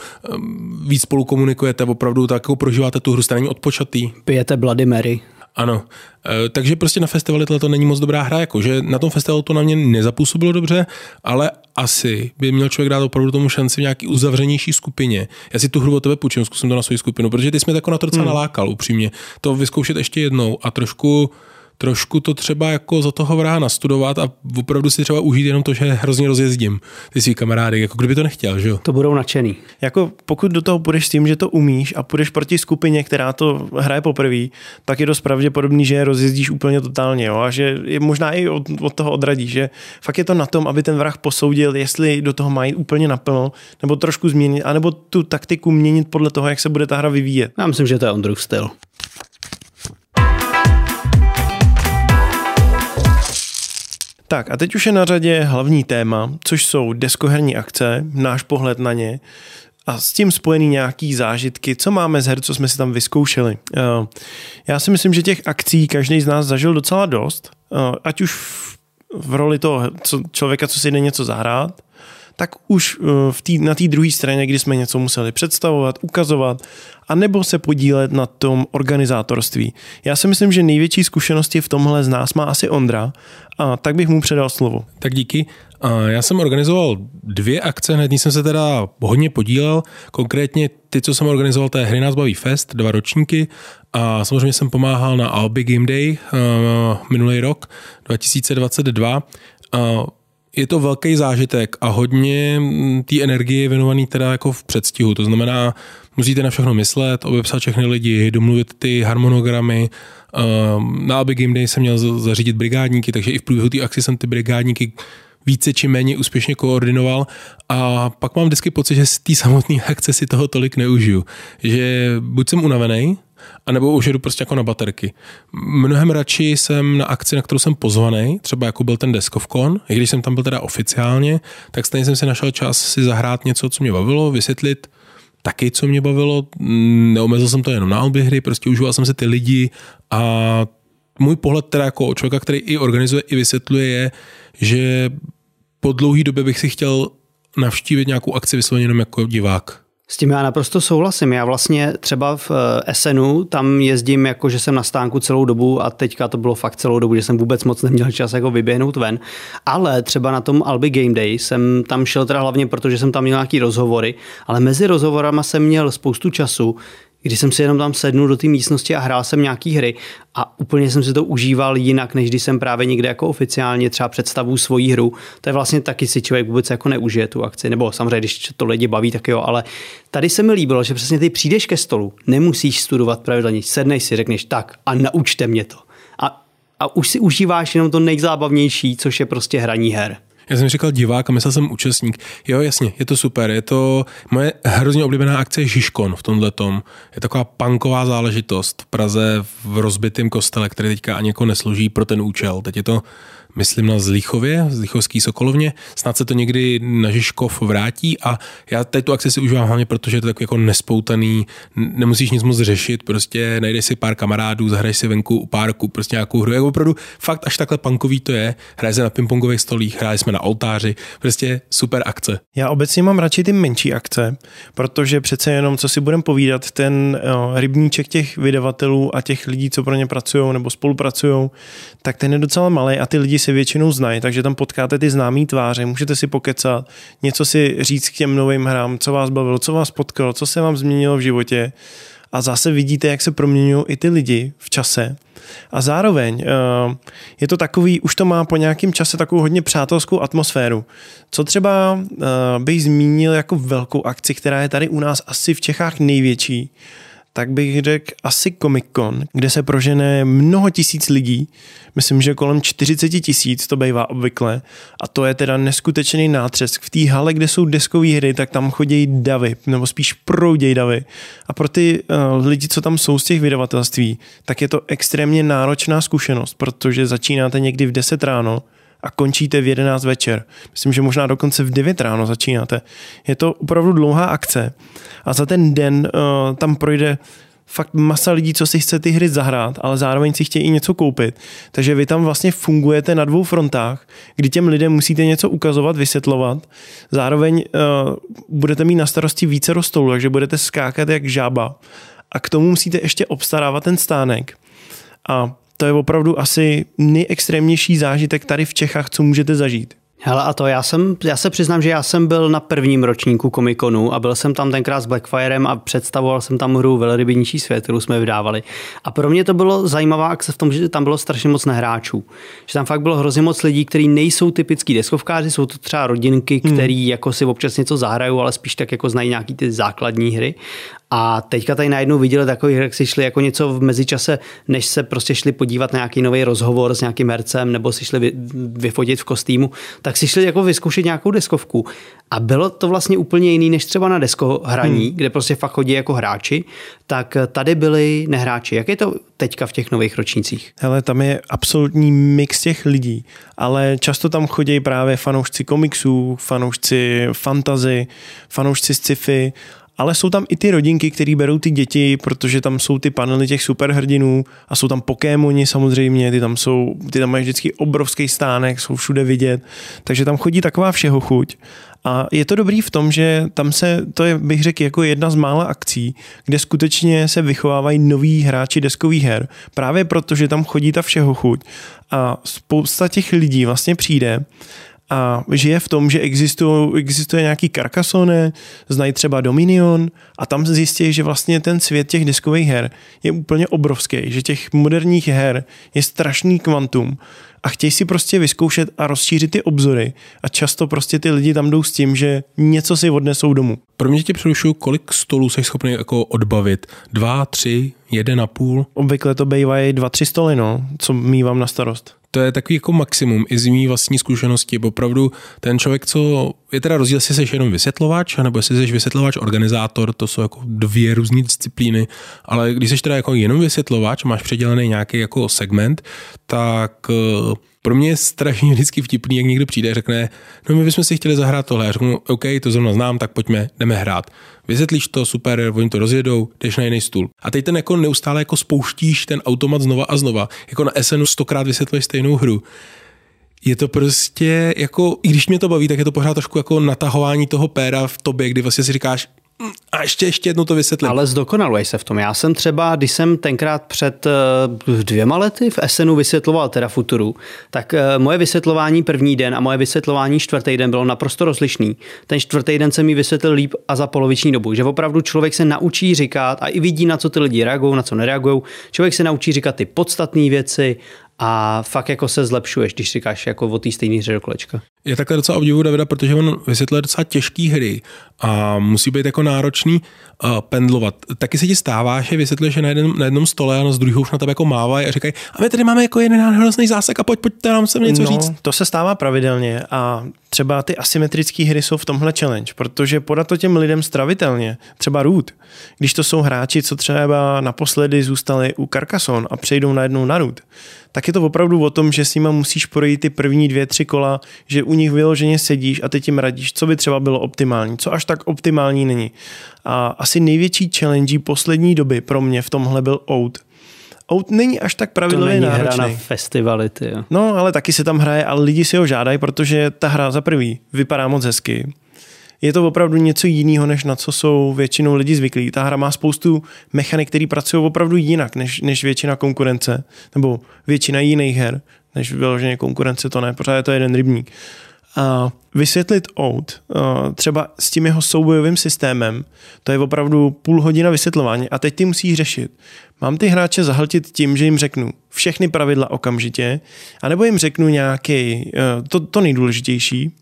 víc spolu komunikujete, opravdu tak jako prožíváte tu hru, jste není odpočatý. Pijete Bloody Mary. Ano, takže prostě na festivalu to není moc dobrá hra, jako, že na tom festivalu to na mě nezapůsobilo dobře, ale asi by měl člověk dát opravdu tomu šanci v nějaký uzavřenější skupině. Já si tu hru od tebe půjčím, zkusím to na svou skupinu, protože ty jsi mě tako na to docela hmm. nalákal, upřímně. To vyzkoušet ještě jednou a trošku trošku to třeba jako za toho vraha nastudovat a opravdu si třeba užít jenom to, že hrozně rozjezdím ty svý kamarády, jako kdyby to nechtěl, že jo? To budou nadšený. Jako pokud do toho půjdeš s tím, že to umíš a půjdeš proti skupině, která to hraje poprvé, tak je dost pravděpodobný, že je rozjezdíš úplně totálně, jo? A že je možná i od, od toho odradí, že fakt je to na tom, aby ten vrah posoudil, jestli do toho mají úplně naplno, nebo trošku změnit, anebo tu taktiku měnit podle toho, jak se bude ta hra vyvíjet. Já myslím, že to je Ondrův styl. Tak a teď už je na řadě hlavní téma, což jsou deskoherní akce, náš pohled na ně a s tím spojený nějaký zážitky, co máme z her, co jsme si tam vyzkoušeli. Já si myslím, že těch akcí každý z nás zažil docela dost, ať už v roli toho člověka, co si jde něco zahrát, tak už v tý, na té druhé straně, kdy jsme něco museli představovat, ukazovat, a nebo se podílet na tom organizátorství. Já si myslím, že největší zkušenosti v tomhle z nás má asi Ondra, a tak bych mu předal slovo. Tak díky. Já jsem organizoval dvě akce, hned jsem se teda hodně podílel, konkrétně ty, co jsem organizoval, to je Hry nás baví fest, dva ročníky, a samozřejmě jsem pomáhal na Albi Game Day minulý rok, dva tisíce dvacet dva. Je to velký zážitek a hodně té energie je věnovaný teda jako v předstihu. To znamená, musíte na všechno myslet, obepsat všechny lidi, domluvit ty harmonogramy. Na Albi Game Day jsem měl zařídit brigádníky, takže i v průběhu té akce jsem ty brigádníky více či méně úspěšně koordinoval a pak mám vždycky pocit, že z té samotné akce si toho tolik neužiju. Že buď jsem unavený, anebo už jedu prostě jako na baterky. Mnohem radši jsem na akci, na kterou jsem pozvaný, třeba jako byl ten Deskovkon, i když jsem tam byl teda oficiálně, tak stejně jsem si našel čas si zahrát něco, co mě bavilo, vysvětlit taky, co mě bavilo. Neomezil jsem to jenom na alby hry, prostě užíval jsem si ty lidi a můj pohled teda jako člověka, který i organizuje, i vysvětluje, je, že po dlouhý době bych si chtěl navštívit nějakou akci vysloveně jenom jako divák. S tím já naprosto souhlasím. Já vlastně třeba v Essenu tam jezdím jako, že jsem na stánku celou dobu a teďka to bylo fakt celou dobu, že jsem vůbec moc neměl čas jako vyběhnout ven. Ale třeba na tom Albi Game Day jsem tam šel teda hlavně, protože jsem tam měl nějaký rozhovory, ale mezi rozhovorama jsem měl spoustu času, když jsem si jenom tam sednul do té místnosti a hrál jsem nějaký hry a úplně jsem si to užíval jinak, než když jsem právě někde jako oficiálně třeba představu svoji hru. To je vlastně taky si člověk vůbec jako neužije tu akci, nebo samozřejmě, když to lidi baví, tak jo, ale tady se mi líbilo, že přesně ty přijdeš ke stolu, nemusíš studovat pravidelně, sedneš si, řekneš tak a naučte mě to. A, a už si užíváš jenom to nejzábavnější, což je prostě hraní her. Já jsem říkal divák a myslel jsem účastník. Jo, jasně, je to super. Je to moje hrozně oblíbená akce je Žižkon v tomhletom. Je taková punková záležitost v Praze v rozbitém kostele, který teďka ani jako neslouží pro ten účel. Teď je to, myslím, na Zlichově, Zlichovský Sokolovně. Snad se to někdy na Žižkov vrátí a já teď tu akci si užívám hlavně, protože je to takový jako nespoutaný, nemusíš nic moc řešit, prostě najdeš si pár kamarádů, zahraješ si venku u parku, prostě nějakou hru. Jako opravdu fakt až takhle punkový to je. Hraje se na pingpongových stolích, hráli jsme na oltáři, prostě super akce. Já obecně mám radši ty menší akce, protože přece jenom, co si budeme povídat, ten jo, rybníček těch vydavatelů a těch lidí, co pro ně pracují nebo spolupracují, tak ten je docela malý a ty lidi se většinou znají, takže tam potkáte ty známý tváře, můžete si pokecat, něco si říct k těm novým hrám, co vás bavilo, co vás potkalo, co se vám změnilo v životě a zase vidíte, jak se proměňují i ty lidi v čase. A zároveň je to takový, už to má po nějakém čase takovou hodně přátelskou atmosféru. Co třeba bych zmínil jako velkou akci, která je tady u nás asi v Čechách největší, tak bych řekl asi Comic-Con, kde se prožene mnoho tisíc lidí. Myslím, že kolem čtyřicet tisíc to bývá obvykle. A to je teda neskutečný nátřesk. V té hale, kde jsou deskové hry, tak tam chodí davy, nebo spíš prouděj davy. A pro ty uh, lidi, co tam jsou z těch vydavatelství, tak je to extrémně náročná zkušenost, protože začínáte někdy v deset ráno a končíte v jedenáct večer. Myslím, že možná dokonce v devět ráno začínáte. Je to opravdu dlouhá akce a za ten den uh, tam projde fakt masa lidí, co si chce ty hry zahrát, ale zároveň si chtějí i něco koupit. Takže vy tam vlastně fungujete na dvou frontách, kdy těm lidem musíte něco ukazovat, vysvětlovat. Zároveň uh, budete mít na starosti více stolů, takže budete skákat jak žába. A k tomu musíte ještě obstarávat ten stánek. A to je opravdu asi nejextrémnější zážitek tady v Čechách, co můžete zažít. Hele, a to já jsem, já se přiznám, že já jsem byl na prvním ročníku Comic-Conu a byl jsem tam tenkrát s Blackfirem a představoval jsem tam hru Velrybiničí svět, kterou jsme vydávali. A pro mě to bylo zajímavá akce v tom, že tam bylo strašně moc nehráčů. Že tam fakt bylo hrozně moc lidí, kteří nejsou typický deskovkáři, jsou to třeba rodinky, který hmm. jako si občas něco zahrajou, ale spíš tak jako znají nějaký ty základní hry. A teďka tady najednou viděli takový, jak si šli jako něco v mezičase, než se prostě šli podívat na nějaký nový rozhovor s nějakým hercem nebo si šli vyfotit v kostýmu, tak si šli jako vyzkoušet nějakou deskovku. A bylo to vlastně úplně jiný než třeba na deskohraní, hmm. kde prostě fakt chodí jako hráči, tak tady byli nehráči. Jak je to teďka v těch nových ročnících? Hele, tam je absolutní mix těch lidí, ale často tam chodí právě fanoušci komiksů, fanoušci fantasy, fanoušci sci-fi, ale jsou tam i ty rodinky, který berou ty děti, protože tam jsou ty panely těch superhrdinů a jsou tam Pokémoni samozřejmě, ty tam jsou, ty tam mají vždycky obrovský stánek, jsou všude vidět, takže tam chodí taková všeho chuť. A je to dobrý v tom, že tam se, to je, bych řekl, jako jedna z mála akcí, kde skutečně se vychovávají noví hráči deskových her, právě protože tam chodí ta všeho chuť a spousta těch lidí vlastně přijde a žije v tom, že existuje, existuje nějaký Carcassonne, znají třeba Dominion a tam zjistí, že vlastně ten svět těch deskových her je úplně obrovský, že těch moderních her je strašný kvantum a chtějí si prostě vyzkoušet a rozšířit ty obzory a často prostě ty lidi tam jdou s tím, že něco si odnesou domů. Pro mě tě přerušuju, kolik stolů jsi schopný jako odbavit? Dva, tři, jeden a půl? Obvykle to bývají dva, tři stoly, no, co mívám na starost. To je takový jako maximum i z mý vlastní zkušenosti. Opravdu ten člověk, co je teda rozdíl, jestli jsi jenom vysvětlovač, nebo jestli jsi vysvětlovač, organizátor, to jsou jako dvě různé disciplíny, ale když jsi teda jako jenom vysvětlovač, máš předělený nějaký jako segment, tak pro mě je strašně vždycky vtipný, jak někdo přijde a řekne, no my bychom si chtěli zahrát tohle. Já řeknu, OK, to zrovna znám, tak pojďme, jdeme hrát. Vysvětlíš to, super, oni to rozjedou, jdeš na jiný stůl. A teď ten jako neustále jako spouštíš ten automat znova a znova. Jako na S N stokrát vysvětluješ stejnou hru. Je to prostě jako, i když mě to baví, tak je to pořád trošku jako natahování toho péra v tobě, kdy vlastně si říkáš, A ještě, ještě jednou to vysvětlím. Ale zdokonaluješ se v tom. Já jsem třeba, když jsem tenkrát před dvěma lety v Essenu vysvětloval teda Futuru, tak moje vysvětlování první den a moje vysvětlování čtvrtý den bylo naprosto rozlišný. Ten čtvrtý den jsem mi vysvětlil líp a za poloviční dobu, že opravdu člověk se naučí říkat a i vidí, na co ty lidi reagují, na co nereagují. Člověk se naučí říkat ty podstatné věci a fakt jako se zlepšuješ, když říkáš jako o té stejné hře do kolečka. Je takhle docela obdivuji Davida, protože on vysvětluje docela těžký hry a musí být jako náročný uh, pendlovat. Taky se ti stává, že vysvětluješ na, jeden, na jednom stole a z druhého už na tebe jako mávají a říkají, a my tady máme jako jeden hrozný zásek a pojď, pojďte nám sem něco no, říct. To se stává pravidelně a třeba ty asymetrické hry jsou v tomhle challenge, protože podat to těm lidem stravitelně, třeba Root, když to jsou hráči, co třeba naposledy zůstali u Carcassonne a přejdou najednou na Root, tak je to opravdu o tom, že s nima musíš projít ty první dvě, tři kola, že u nich vyloženě sedíš a teď jim radíš, co by třeba bylo optimální, co až tak optimální není. A asi největší challenge poslední doby pro mě v tomhle byl Out. Out není až tak pravidlově náročný. To není hra na festivaly, ty jo. No, ale taky se tam hraje, ale lidi si ho žádají, protože ta hra za prvý vypadá moc hezky. Je to opravdu něco jiného, než na co jsou většinou lidi zvyklí. Ta hra má spoustu mechanik, které pracují opravdu jinak, než, než většina konkurence, nebo většina jiných her, než vyloženě konkurence, to ne, pořád je to jeden rybník. A vysvětlit Out, třeba s tím jeho soubojovým systémem, to je opravdu půl hodina vysvětlování a teď ty musíš řešit. Mám ty hráče zahltit tím, že jim řeknu všechny pravidla okamžitě, anebo jim řeknu nějaký, to, to nejdůležitější,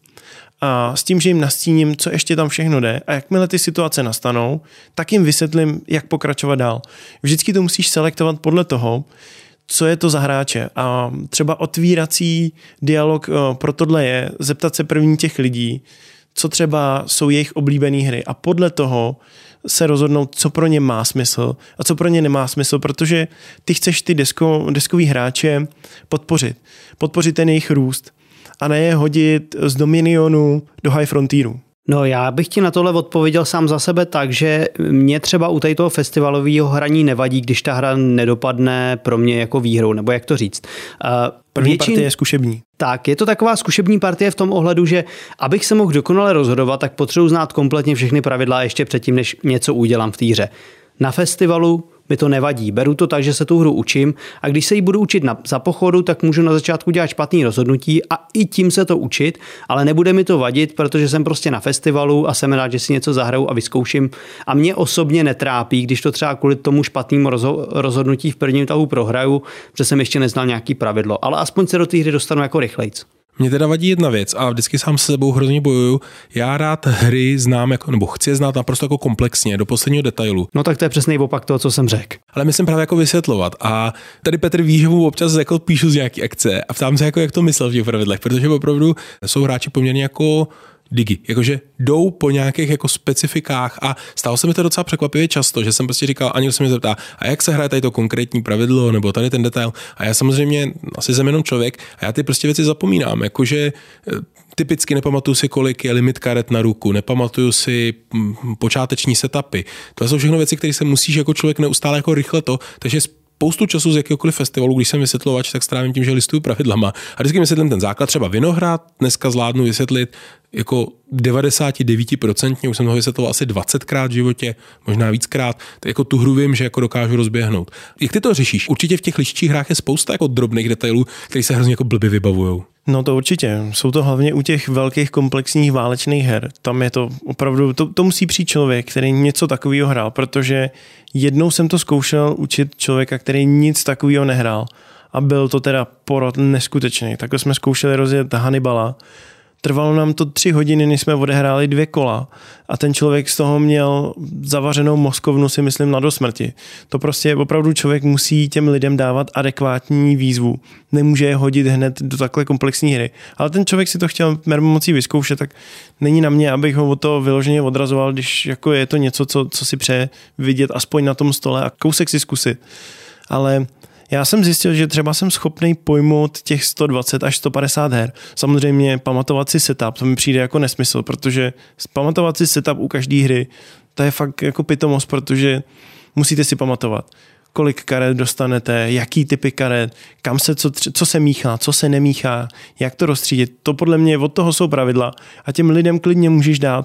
a s tím, že jim nastíním, co ještě tam všechno jde a jakmile ty situace nastanou, tak jim vysvětlím, jak pokračovat dál. Vždycky to musíš selektovat podle toho, co je to za hráče. A třeba otvírací dialog pro tohle je zeptat se první těch lidí, co třeba jsou jejich oblíbené hry a podle toho se rozhodnout, co pro ně má smysl a co pro ně nemá smysl, protože ty chceš ty desko, deskový hráče podpořit. Podpořit ten jejich růst a ne je hodit z Dominionu do High Frontieru. No já bych ti na tohle odpověděl sám za sebe tak, že mě třeba u toho festivalového hraní nevadí, když ta hra nedopadne pro mě jako výhrou, nebo jak to říct. První Většin... partie je zkušební. Tak, je to taková zkušební partie v tom ohledu, že abych se mohl dokonale rozhodovat, tak potřebuji znát kompletně všechny pravidla ještě předtím, než něco udělám v té hře. Na festivalu mi to nevadí. Beru to tak, že se tu hru učím a když se ji budu učit na, za pochodu, tak můžu na začátku dělat špatný rozhodnutí a i tím se to učit, ale nebude mi to vadit, protože jsem prostě na festivalu a jsem rád, že si něco zahraju a vyzkouším. A mě osobně netrápí, když to třeba kvůli tomu špatnému rozho- rozhodnutí v prvním tahu prohraju, protože jsem ještě neznal nějaký pravidlo, ale aspoň se do té hry dostanu jako rychlejc. Mně teda vadí jedna věc a vždycky sám se sebou hrozně bojuju. Já rád hry znám, jako, nebo chci je znát naprosto jako komplexně, do posledního detailu. No tak to je přesný opak toho, co jsem řekl. Ale myslím právě jako vysvětlovat. A tady Petr ví, že mu občas jako píšu z nějaký akce a ptám se, jako, jak to myslel v těch pravidlech, protože opravdu jsou hráči poměrně jako digi, jakože jdou po nějakých jako specifikách a stalo se mi to docela překvapivě často, že jsem prostě říkal, ani se mi zeptá, a jak se hraje tady to konkrétní pravidlo nebo tady ten detail a já samozřejmě asi jsem jenom člověk a já ty prostě věci zapomínám, jakože typicky nepamatuju si, kolik je limit karet na ruku, nepamatuju si počáteční setupy. To jsou všechno věci, které se musíš jako člověk neustále jako rychle to, takže spoustu času z jakéhokoliv festivalu, když jsem vysvětlovač, tak strávím tím, že listuju pravidlama. A vždycky vysvětlím ten základ, třeba Vinohrad, dneska zvládnu vysvětlit jako devadesát devět procent, už jsem toho vysvětloval asi dvacetkrát v životě, možná víckrát, tak jako tu hru vím, že jako dokážu rozběhnout. Jak ty to řešíš? Určitě v těch liščích hrách je spousta jako drobných detailů, které se hrozně jako blbě vybavujou. No to určitě. Jsou to hlavně u těch velkých komplexních válečných her. Tam je to opravdu, to, to musí přijít člověk, který něco takového hrál, protože jednou jsem to zkoušel učit člověka, který nic takového nehrál. A byl to teda porod neskutečný. Takhle jsme zkoušeli rozjet Hannibala. Trvalo nám to tři hodiny, než jsme odehráli dvě kola a ten člověk z toho měl zavařenou mozkovnu, si myslím, na dosmrti. To prostě opravdu člověk musí těm lidem dávat adekvátní výzvu. Nemůže je hodit hned do takhle komplexní hry. Ale ten člověk si to chtěl mermomocí vyzkoušet, tak není na mě, abych ho od toho vyloženě odrazoval, když jako je to něco, co, co si přeje vidět aspoň na tom stole a kousek si zkusit. Ale já jsem zjistil, že třeba jsem schopný pojmout těch sto dvacet až sto padesát her. Samozřejmě pamatovat si setup, to mi přijde jako nesmysl, protože pamatovat si setup u každé hry, to je fakt jako pitomost, protože musíte si pamatovat, kolik karet dostanete, jaký typy karet, kam se co, co se míchá, co se nemíchá, jak to rozstřídit. To podle mě od toho jsou pravidla a těm lidem klidně můžeš dát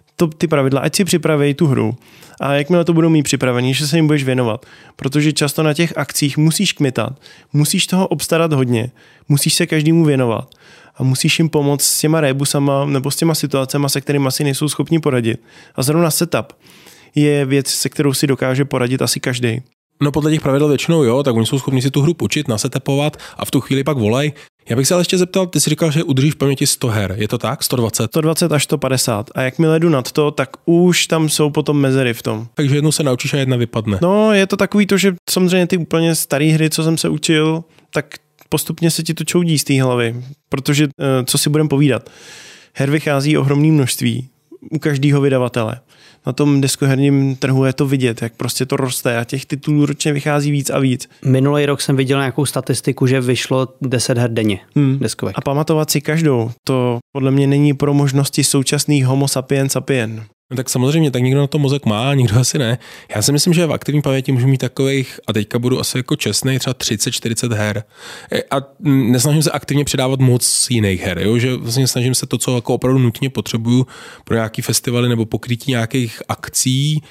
to, ty pravidla, ať si připraví tu hru a jakmile to budou mít připravený, že se jim budeš věnovat, protože často na těch akcích musíš kmitat, musíš toho obstarat hodně, musíš se každému věnovat a musíš jim pomoct s těma rébusama nebo s těma situacemi, se kterými asi nejsou schopni poradit. A zrovna setup je věc, se kterou si dokáže poradit asi každý. No podle těch pravidel většinou jo, tak oni jsou schopni si tu hru počít, nasetepovat a v tu chvíli pak volej. Já bych se ale ještě zeptal, ty jsi říkal, že udržíš v paměti sto her, je to tak? sto dvacet? sto dvacet až sto padesát. A jakmile jdu nad to, tak už tam jsou potom mezery v tom. Takže jednou se naučíš a jedna vypadne. No, je to takový to, že samozřejmě ty úplně staré hry, co jsem se učil, tak postupně se ti to čoudí z té hlavy. Protože, co si budem povídat, her vychází ohromné množství u každého vydavatele. Na tom deskoherním trhu je to vidět, jak prostě to roste a těch titulů ročně vychází víc a víc. Minulý rok jsem viděl nějakou statistiku, že vyšlo deset her denně hmm. deskovek. A pamatovat si každou, to podle mě není pro možnosti současných homo sapiens sapien. No tak samozřejmě, tak někdo na to mozek má, někdo asi ne. Já si myslím, že v aktivní paměti můžu mít takových, a teďka budu asi jako čestnej, třeba třicet čtyřicet her. A nesnažím se aktivně přidávat moc jiných her, jo? Že vlastně snažím se to, co jako opravdu nutně potřebuju pro nějaký festivaly nebo pokrytí nějakých akcí.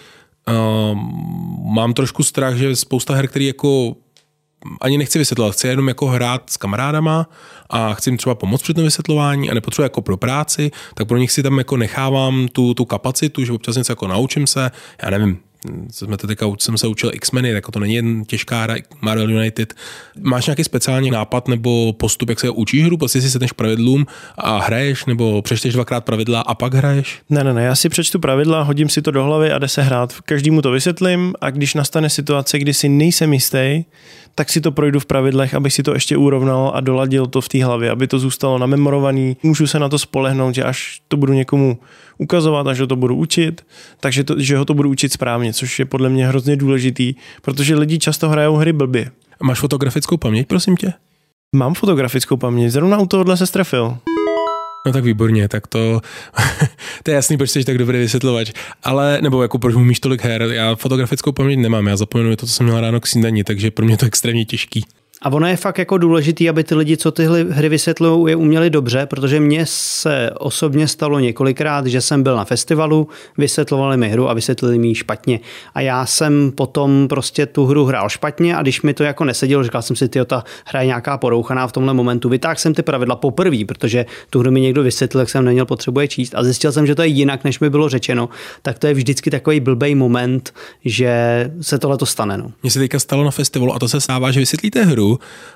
Um, mám trošku strach, že spousta her, který jako ani nechci vysvětlovat, chci jenom jako hrát s kamarádama a chci jim třeba pomoct při tom vysvětlování a nepotřebuji jako pro práci, tak pro nich si tam jako nechávám tu, tu kapacitu, že občas něco jako naučím se, já nevím, jsme to teďka, jsem se učil X-meny, jako to není jen těžká hra Marvel United. Máš nějaký speciální nápad nebo postup, jak se učíš hru, prostě si sedneš pravidlům a hraješ, nebo přečteš dvakrát pravidla a pak hraješ? Ne, ne, ne, já si přečtu pravidla, hodím si to do hlavy a jde se hrát. Každému to vysvětlím a když nastane situace, kdy si nejsem jistý, tak si to projdu v pravidlech, abych si to ještě urovnal a doladil to v té hlavě, aby to zůstalo namemorovaný. Můžu se na to spolehnout, že až to budu někomu ukazovat, až ho to budu učit, takže to, že ho to budu učit správně, což je podle mě hrozně důležitý, protože lidi často hrajou hry blbě. Máš fotografickou paměť, prosím tě? Mám fotografickou paměť, zrovna u tohohle se strefil. No tak výborně, tak to, to je jasný, proč jsi tak dobrý vysvětlovač, ale, nebo jako proč umíš tolik her, já fotografickou paměť nemám, já zapomenu to, co jsem měl ráno k snídani, takže pro mě to je extrémně těžký. A ono je fakt jako důležitý, aby ty lidi, co tyhle hry vysvětlují, je uměli dobře, protože mně se osobně stalo několikrát, že jsem byl na festivalu, vysvětlovali mi hru a vysvětlili mi ji špatně. A já jsem potom prostě tu hru hrál špatně a když mi to jako nesedělo, říkal jsem si, tyjo, ta hra je nějaká porouchaná v tomhle momentu. Vytáhl jsem ty pravidla poprvé, protože tu hru mi někdo vysvětlil, jak jsem neměl potřebuje číst a zjistil jsem, že to je jinak, než mi bylo řečeno. Tak to je vždycky takový blbej moment, že se tohle to stane. No. Mně se teďka stalo na festivalu a to se stává, že vysvětlíte hru.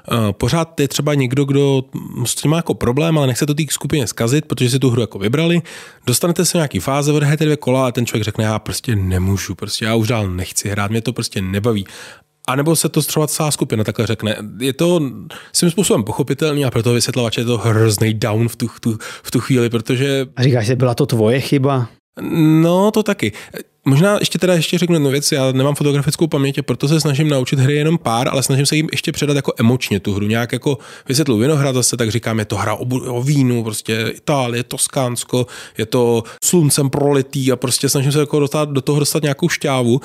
Pořád je třeba někdo, kdo s tím má jako problém, ale nechce to té skupině zkazit, protože si tu hru jako vybrali. Dostanete se nějaký fáze, odhrajete dvě kola a ten člověk řekne, já prostě nemůžu, prostě já už dál nechci hrát, mě to prostě nebaví. A nebo se to třeba celá skupina takhle řekne. Je to svým způsobem pochopitelný a pro toho vysvětlovače je to hrozný down v tu, tu, v tu chvíli, protože... A říkáš, že byla to tvoje chyba? No, to taky. Možná ještě teda ještě řeknu jednu věc, já nemám fotografickou paměť, proto se snažím naučit hry jenom pár, ale snažím se jim ještě předat jako emočně tu hru. Nějak jako vysvětlu Vinohrad zase, tak říkám, je to hra o, o vínu, prostě Itálie, Toskánsko, je to sluncem prolitý a prostě snažím se jako dostat, do toho dostat nějakou šťávu.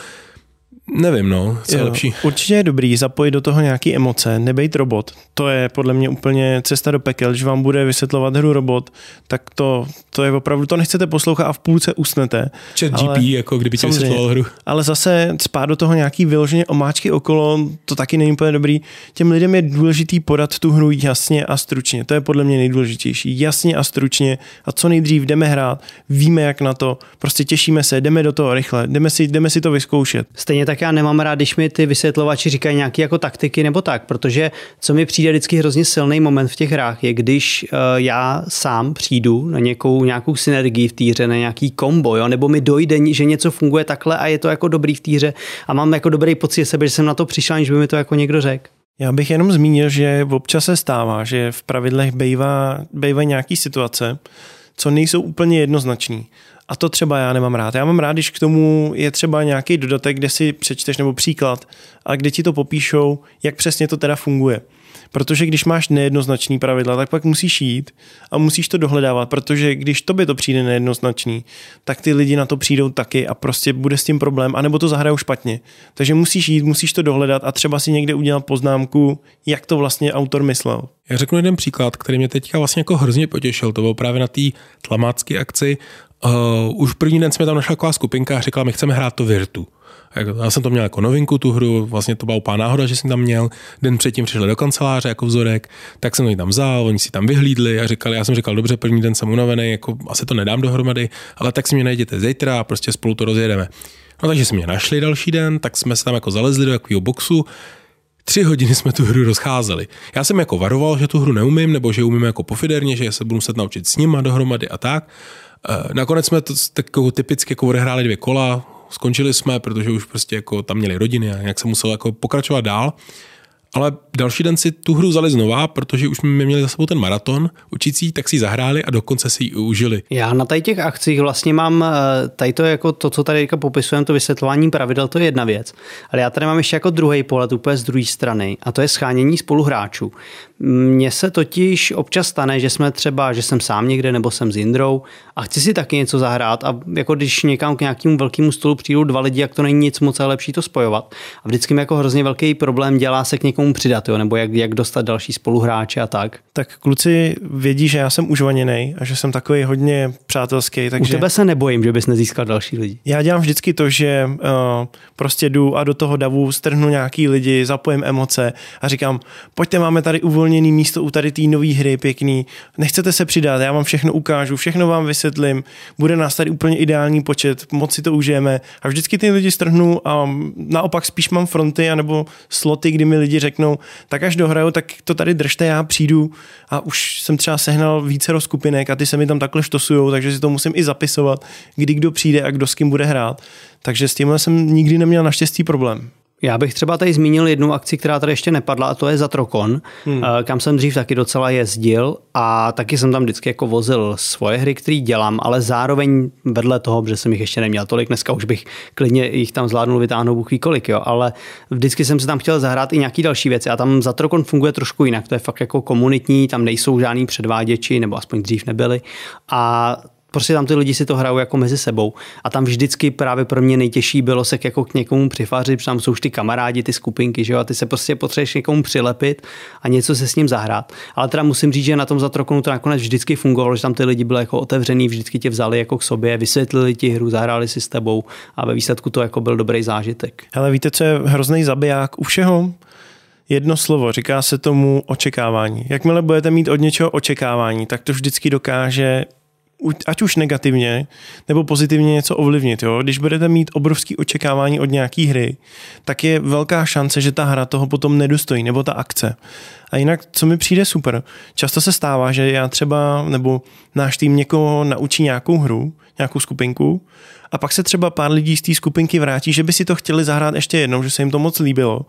Nevím, no, co je lepší. Určitě je dobrý zapojit do toho nějaký emoce, nebejt robot. To je podle mě úplně cesta do pekel, když vám bude vysvětlovat hru robot, tak to, to je opravdu, to nechcete poslouchat a v půlce usnete. Chat G P, jako kdyby ti vysvětloval hru. Ale zase spát do toho nějaký vyloženě omáčky okolo, to taky není úplně dobrý. Těm lidem je důležitý podat tu hru jasně a stručně. To je podle mě nejdůležitější. Jasně a stručně a co nejdřív jdeme hrát, víme jak na to, prostě těšíme se, jdeme do toho rychle, jdeme si, jdeme si to vyzkoušet. Stejně tak já nemám rád, když mi ty vysvětlovači říkají nějaké jako taktiky nebo tak, protože co mi přijde vždycky hrozně silný moment v těch hrách je, když uh, já sám přijdu na nějakou, nějakou synergii v té hře, na nějaký kombo, jo? Nebo mi dojde, že něco funguje takhle a je to jako dobrý v té hře a mám jako dobrý pocit sebe, že jsem na to přišel, než by mi to jako někdo řekl. Já bych jenom zmínil, že občas se stává, že v pravidlech bývá, bývají nějaký situace, co nejsou úplně jednoznačný. A to třeba já nemám rád. Já mám rád, když k tomu je třeba nějaký dodatek, kde si přečteš nebo příklad a kde ti to popíšou, jak přesně to teda funguje. Protože když máš nejednoznačný pravidla, tak pak musíš jít a musíš to dohledávat, protože když tobě to přijde nejednoznačný, tak ty lidi na to přijdou taky a prostě bude s tím problém, anebo to zahrajou špatně. Takže musíš jít, musíš to dohledat a třeba si někde udělat poznámku, jak to vlastně autor myslel. Já řeknu jeden příklad, který mě teďka vlastně jako hrozně potěšil. To bylo právě na té tlamácké akci. Uh, už první den jsme tam našla taková skupinka a říkala, my chceme hrát to Virtu. Já jsem to měl jako novinku, tu hru, vlastně to byla úplná náhoda, že jsem tam měl. Den předtím přišli do kanceláře jako vzorek, tak jsem to tam vzal, oni si tam vyhlídli a říkali, já jsem říkal, dobře, první den jsem unavený, jako asi to nedám dohromady, ale tak si mě najděte zítra a prostě spolu to rozjedeme. No takže jsme mě našli další den, tak jsme se tam jako zalezli do takového boxu. Tři hodiny jsme tu hru rozcházeli. Já jsem jako varoval, že tu hru neumím, nebo že umím jako pofiderně, že se budu muset naučit s nima dohromady a tak. Nakonec jsme to takovou typicky jako odehráli dvě kola, skončili jsme, protože už prostě jako tam měli rodiny a nějak se muselo jako pokračovat dál. Ale další den si tu hru vzali znova, protože už jsme měli za sebou ten maraton učící, tak si ji zahráli a dokonce si ji užili. Já na tady těch akcích vlastně mám, tady to jako to, co tady popisujeme, to vysvětlování pravidel, to je jedna věc. Ale já tady mám ještě jako druhý pohled úplně z druhé strany a to je shánění spoluhráčů. Mně se totiž občas stane, že jsme třeba, že jsem sám někde nebo jsem s Jindrou a chci si taky něco zahrát a jako když někam k nějakému velkému stolu přijdou dva lidi, jak to není nic moc lepší to spojovat. A vždycky mi jako hrozně velký problém dělá se k někomu přidat, jo, nebo jak, jak dostat další spoluhráče a tak. Tak kluci vědí, že já jsem užvaněnej a že jsem takový hodně přátelský. Takže u tebe se nebojím, že bys nezískal další lidi. Já dělám vždycky to, že uh, prostě jdu a do toho davu strhnu nějaký lidi, zapojím emoce a říkám, pojďte, máme tady uvolněný místo u tady té nové hry, pěkný, nechcete se přidat, já vám všechno ukážu, všechno vám vysvětlím, bude nás tady úplně ideální počet, moc si to užijeme a vždycky ty lidi strhnu a naopak spíš mám fronty anebo sloty, kdy mi lidi řeknou, tak až dohraju, tak to tady držte, já přijdu a už jsem třeba sehnal vícero skupinek a ty se mi tam takhle štosujou, takže si to musím i zapisovat, kdy kdo přijde a kdo s kým bude hrát. Takže s tímhle jsem nikdy neměl naštěstí problém. Já bych třeba tady zmínil jednu akci, která tady ještě nepadla, a to je Zatrokon, hmm. kam jsem dřív taky docela jezdil a taky jsem tam vždycky jako vozil svoje hry, které dělám, ale zároveň vedle toho, že jsem jich ještě neměl tolik, dneska už bych klidně jich tam zvládnul vytáhnout bůh ví kolik, jo, ale vždycky jsem se tam chtěl zahrát i nějaký další věci a tam Zatrokon funguje trošku jinak, to je fakt jako komunitní, tam nejsou žádný předváděči, nebo aspoň dřív nebyli a prostě tam ty lidi si to hrajou jako mezi sebou a tam vždycky právě pro mě nejtěžší bylo se jako k někomu přifařit, protože tam jsou už ty kamarádi, ty skupinky, že jo, a ty se prostě potřebuješ někomu přilepit a něco se s ním zahrát. Ale teda musím říct, že na tom Zatrokonu to nakonec vždycky fungovalo, že tam ty lidi byli jako otevřený, vždycky tě vzali jako k sobě, vysvětlili ti hru, zahráli si s tebou a ve výsledku to jako byl dobrý zážitek. Hele, víte, co je hrozný zabiják u všeho? Jedno slovo, říká se tomu očekávání. Jakmile budete mít od něčeho očekávání, tak to vždycky dokáže ať už negativně nebo pozitivně něco ovlivnit. Jo? Když budete mít obrovské očekávání od nějaký hry, tak je velká šance, že ta hra toho potom nedostojí, nebo ta akce. A jinak, co mi přijde super, často se stává, že já třeba, nebo náš tým někoho naučí nějakou hru, nějakou skupinku a pak se třeba pár lidí z té skupinky vrátí, že by si to chtěli zahrát ještě jednou, že se jim to moc líbilo.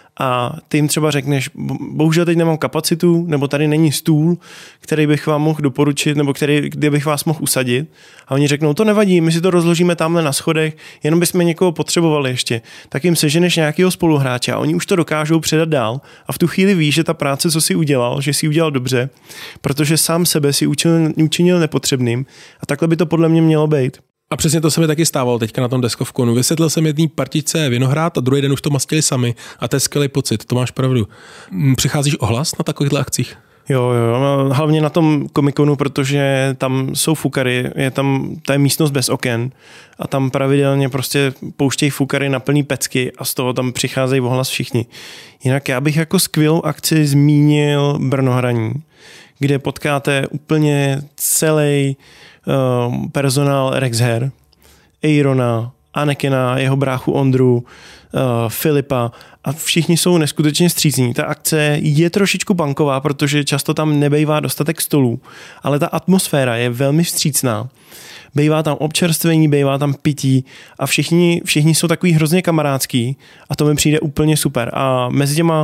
A ty jim třeba řekneš, bohužel teď nemám kapacitu, nebo tady není stůl, který bych vám mohl doporučit, nebo který, kde bych vás mohl usadit. A oni řeknou, to nevadí, my si to rozložíme tamhle na schodech, jenom bychom někoho potřebovali ještě. Tak jim seženeš nějakého spoluhráče a oni už to dokážou předat dál. A v tu chvíli víš, že ta práce, co si udělal, že si udělal dobře, protože sám sebe si učinil, učinil nepotřebným. A takhle by to podle mě mělo být. A přesně to se mi taky stávalo teďka na tom deskovkonu. Vysvětlil jsem jedný partičce Vinohrad a druhý den už to mastili sami a to je skvělý pocit, to máš pravdu. Přicházíš ohlas na takovýchto akcích? Jo, jo, hlavně na tom komikonu, protože tam jsou fukary, je tam ta je místnost bez oken a tam pravidelně prostě pouštějí fukary na plný pecky a z toho tam přicházejí ohlas všichni. Jinak já bych jako skvělou akci zmínil Brnohraní, kde potkáte úplně celý uh, personál Rexher, Eirona, Anekina, jeho bráchu Ondru, uh, Filipa a všichni jsou neskutečně vstřícní. Ta akce je trošičku banková, protože často tam nebejvá dostatek stolů, ale ta atmosféra je velmi vstřícná. Bejvá tam občerstvení, bejvá tam pití a všichni, všichni jsou takový hrozně kamarádský a to mi přijde úplně super. A mezi těma,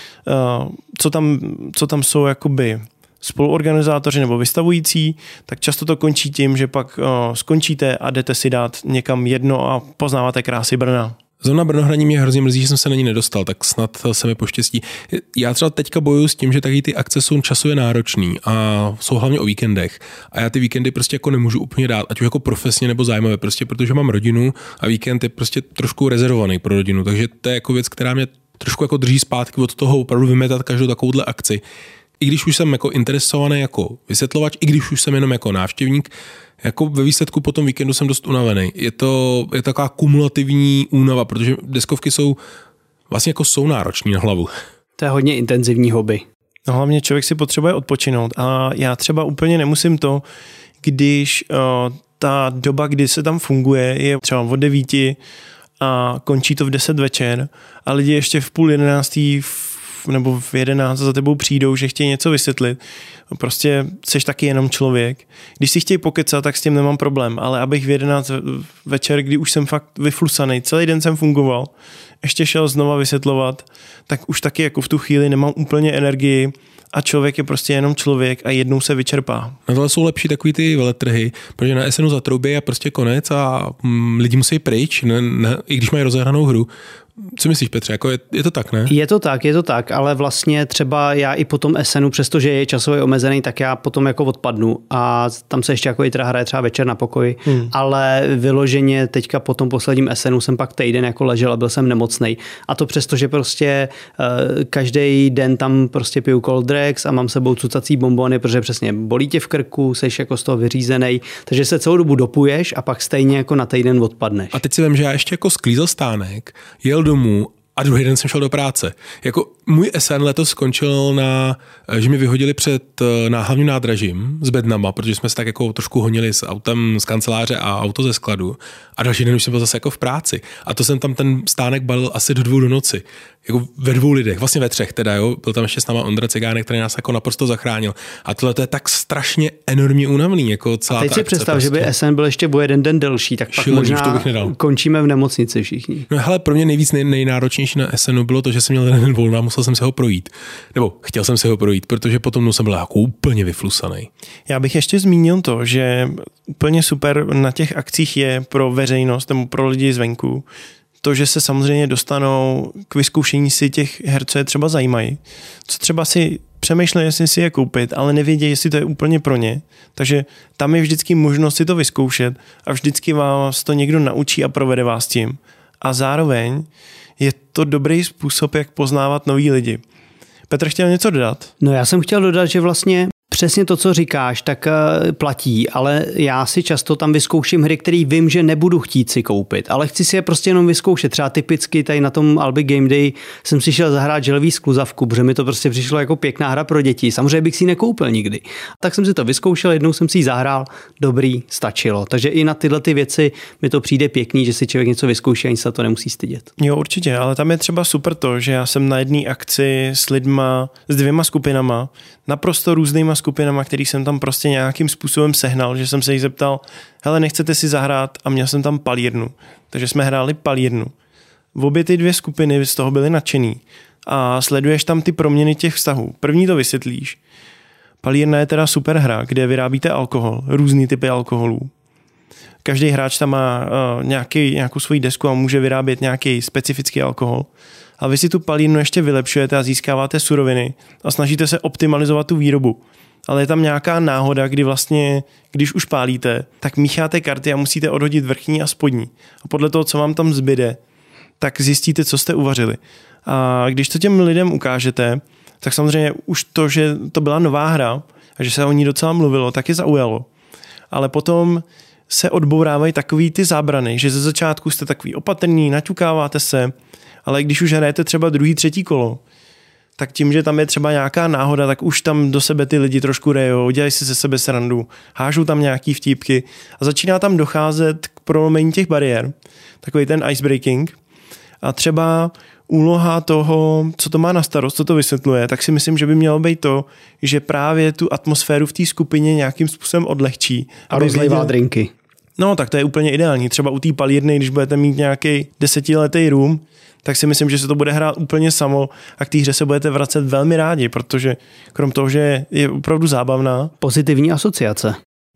uh, co tam, co tam jsou jakoby spoluorganizátoři nebo vystavující, tak často to končí tím, že pak uh, skončíte a jdete si dát někam jedno a poznáváte krásy Brna. Zóna Brnohraní mě hrozně mrzí, že jsem se na ní nedostal, tak snad se mi poštěstí. Já třeba teďka bojuju s tím, že taky ty akce jsou časově náročný a jsou hlavně o víkendech. A já ty víkendy prostě jako nemůžu úplně dát, ať už jako profesně nebo zájmově, prostě protože mám rodinu a víkend je prostě trošku rezervovaný pro rodinu, takže to je jako věc, která mě trošku jako drží zpátky od toho opravdu vymetat každou takovouhle akci. I když už jsem jako interesovaný jako vysvětlovač, i když už jsem jenom jako návštěvník, jako ve výsledku po tom víkendu jsem dost unavený. Je to je taková kumulativní únava, protože deskovky jsou vlastně jako jsou nároční na hlavu. To je hodně intenzivní hobby. No hlavně člověk si potřebuje odpočinout a já třeba úplně nemusím to, když uh, ta doba, kdy se tam funguje, je třeba od devíti a končí to v deset večer a lidi ještě v půl jedenáctý v nebo v jedenáct za tebou přijdou, že chtějí něco vysvětlit. Prostě seš taky jenom člověk. Když si chtějí pokecat, tak s tím nemám problém, ale abych v jedenáct večer, kdy už jsem fakt vyflusaný, celý den jsem fungoval, ještě šel znova vysvětlovat, tak už taky jako v tu chvíli nemám úplně energii a člověk je prostě jenom člověk a jednou se vyčerpá. Na tohle jsou lepší takový ty veletrhy, protože na S N U zatroubí a prostě konec a mm, lidi musí pryč, ne, ne, i když mají rozehranou hru. Co myslíš, Petře, jako je, je to tak, ne? Je to tak, je to tak, ale vlastně třeba já i po tom S N U, přestože je časově omezený, tak já potom jako odpadnu a tam se ještě jako i teda hraje třeba večer na pokoji, hmm. ale vyloženě teďka po tom posledním S N U jsem pak týden jako ležel a byl jsem nemocnej. A to přesto, že prostě uh, každý den tam prostě piju cold drinks a mám sebou cucací bonbony, protože přesně bolí tě v krku, seš jako z toho vyřízený, takže se celou dobu dopuješ a pak stejně jako na týden odpadneš. A teď si vím, že já ještě jako sklízel stánek, jel domů a druhý den jsem šel do práce. Jako můj S N letos skončil na, že mi vyhodili před hlavním nádražím s bednama, protože jsme se tak jako trošku honili s autem z kanceláře a auto ze skladu a další den už jsem byl zase jako v práci. A to jsem tam ten stánek balil asi do dvou do noci. Jako ve dvou lidech, vlastně ve třech teda, jo. Byl tam ještě s náma Ondra Cigánek, který nás jako naprosto zachránil. A tohle to je tak strašně enormně únavný, jako celá a teď ta si představ, prostě. Že by S N byl ještě o jeden den delší, tak pak Šílený, možná končíme v nemocnici všichni. No hele, pro mě nejvíc nej, nejnáročnější na S N U bylo to, že jsem měl ten volna, musel jsem se ho projít. Nebo chtěl jsem se ho projít, protože potom jsem byl jako úplně vyflusaný. Já bych ještě zmínil to, že úplně super na těch akcích je pro veřejnost nebo pro lidi zvenku to, že se samozřejmě dostanou k vyzkoušení si těch her, co je třeba zajímají. Co třeba si přemýšleli, jestli si je koupit, ale nevědějí, jestli to je úplně pro ně. Takže tam je vždycky možnost si to vyzkoušet a vždycky vás to někdo naučí a provede vás tím. A zároveň je to dobrý způsob, jak poznávat nový lidi. Petr chtěl něco dodat? No já jsem chtěl dodat, že vlastně přesně to, co říkáš, tak platí, ale já si často tam vyzkouším hry, které vím, že nebudu chtít si koupit, ale chci si je prostě jenom vyzkoušet. Třeba typicky tady na tom Albi Game Day jsem si šel zahrát želví skluzavku, protože mi to prostě přišlo jako pěkná hra pro děti. Samozřejmě bych si ji nekoupil nikdy. Tak jsem si to vyzkoušel, jednou jsem si ji zahrál, dobrý, stačilo. Takže i na tyhle ty věci mi to přijde pěkný, že si člověk něco vyzkouší a nic se to nemusí stydět. Jo, určitě, ale tam je třeba super to, že já jsem na jedné akci s lidma, s dvěma skupinama, naprosto různýma skupinama, který jsem tam prostě nějakým způsobem sehnal, že jsem se jich zeptal, hele, nechcete si zahrát, a měl jsem tam palírnu. Takže jsme hráli palírnu. V obě ty dvě skupiny z toho byly nadšený a sleduješ tam ty proměny těch vztahů. První to vysvětlíš. Palírna je teda super hra, kde vyrábíte alkohol, různý typy alkoholů. Každý hráč tam má uh, nějaký, nějakou svoji desku a může vyrábět nějaký specifický alkohol. A vy si tu palírnu ještě vylepšujete a získáváte suroviny a snažíte se optimalizovat tu výrobu. Ale je tam nějaká náhoda, kdy vlastně, když už pálíte, tak mícháte karty a musíte odhodit vrchní a spodní. A podle toho, co vám tam zbyde, tak zjistíte, co jste uvařili. A když to těm lidem ukážete, tak samozřejmě už to, že to byla nová hra a že se o ní docela mluvilo, tak je zaujalo. Ale potom se odbourávají takový ty zábrany, že ze začátku jste takový opatrný, naťukáváte se, ale když už hrajete třeba druhý, třetí kolo, tak tím, že tam je třeba nějaká náhoda, tak už tam do sebe ty lidi trošku rejou, dělají si ze sebe srandu, hážou tam nějaký vtípky a začíná tam docházet k prolomení těch bariér. Takový ten icebreaking. A třeba úloha toho, co to má na starost, co to vysvětluje, tak si myslím, že by mělo být to, že právě tu atmosféru v té skupině nějakým způsobem odlehčí. A rozlejvá drinky. No, tak to je úplně ideální. Třeba u té palírny, když budete mít nějaký desetiletý room, tak si myslím, že se to bude hrát úplně samo a k té hře se budete vracet velmi rádi, protože krom toho, že je opravdu zábavná. Pozitivní asociace.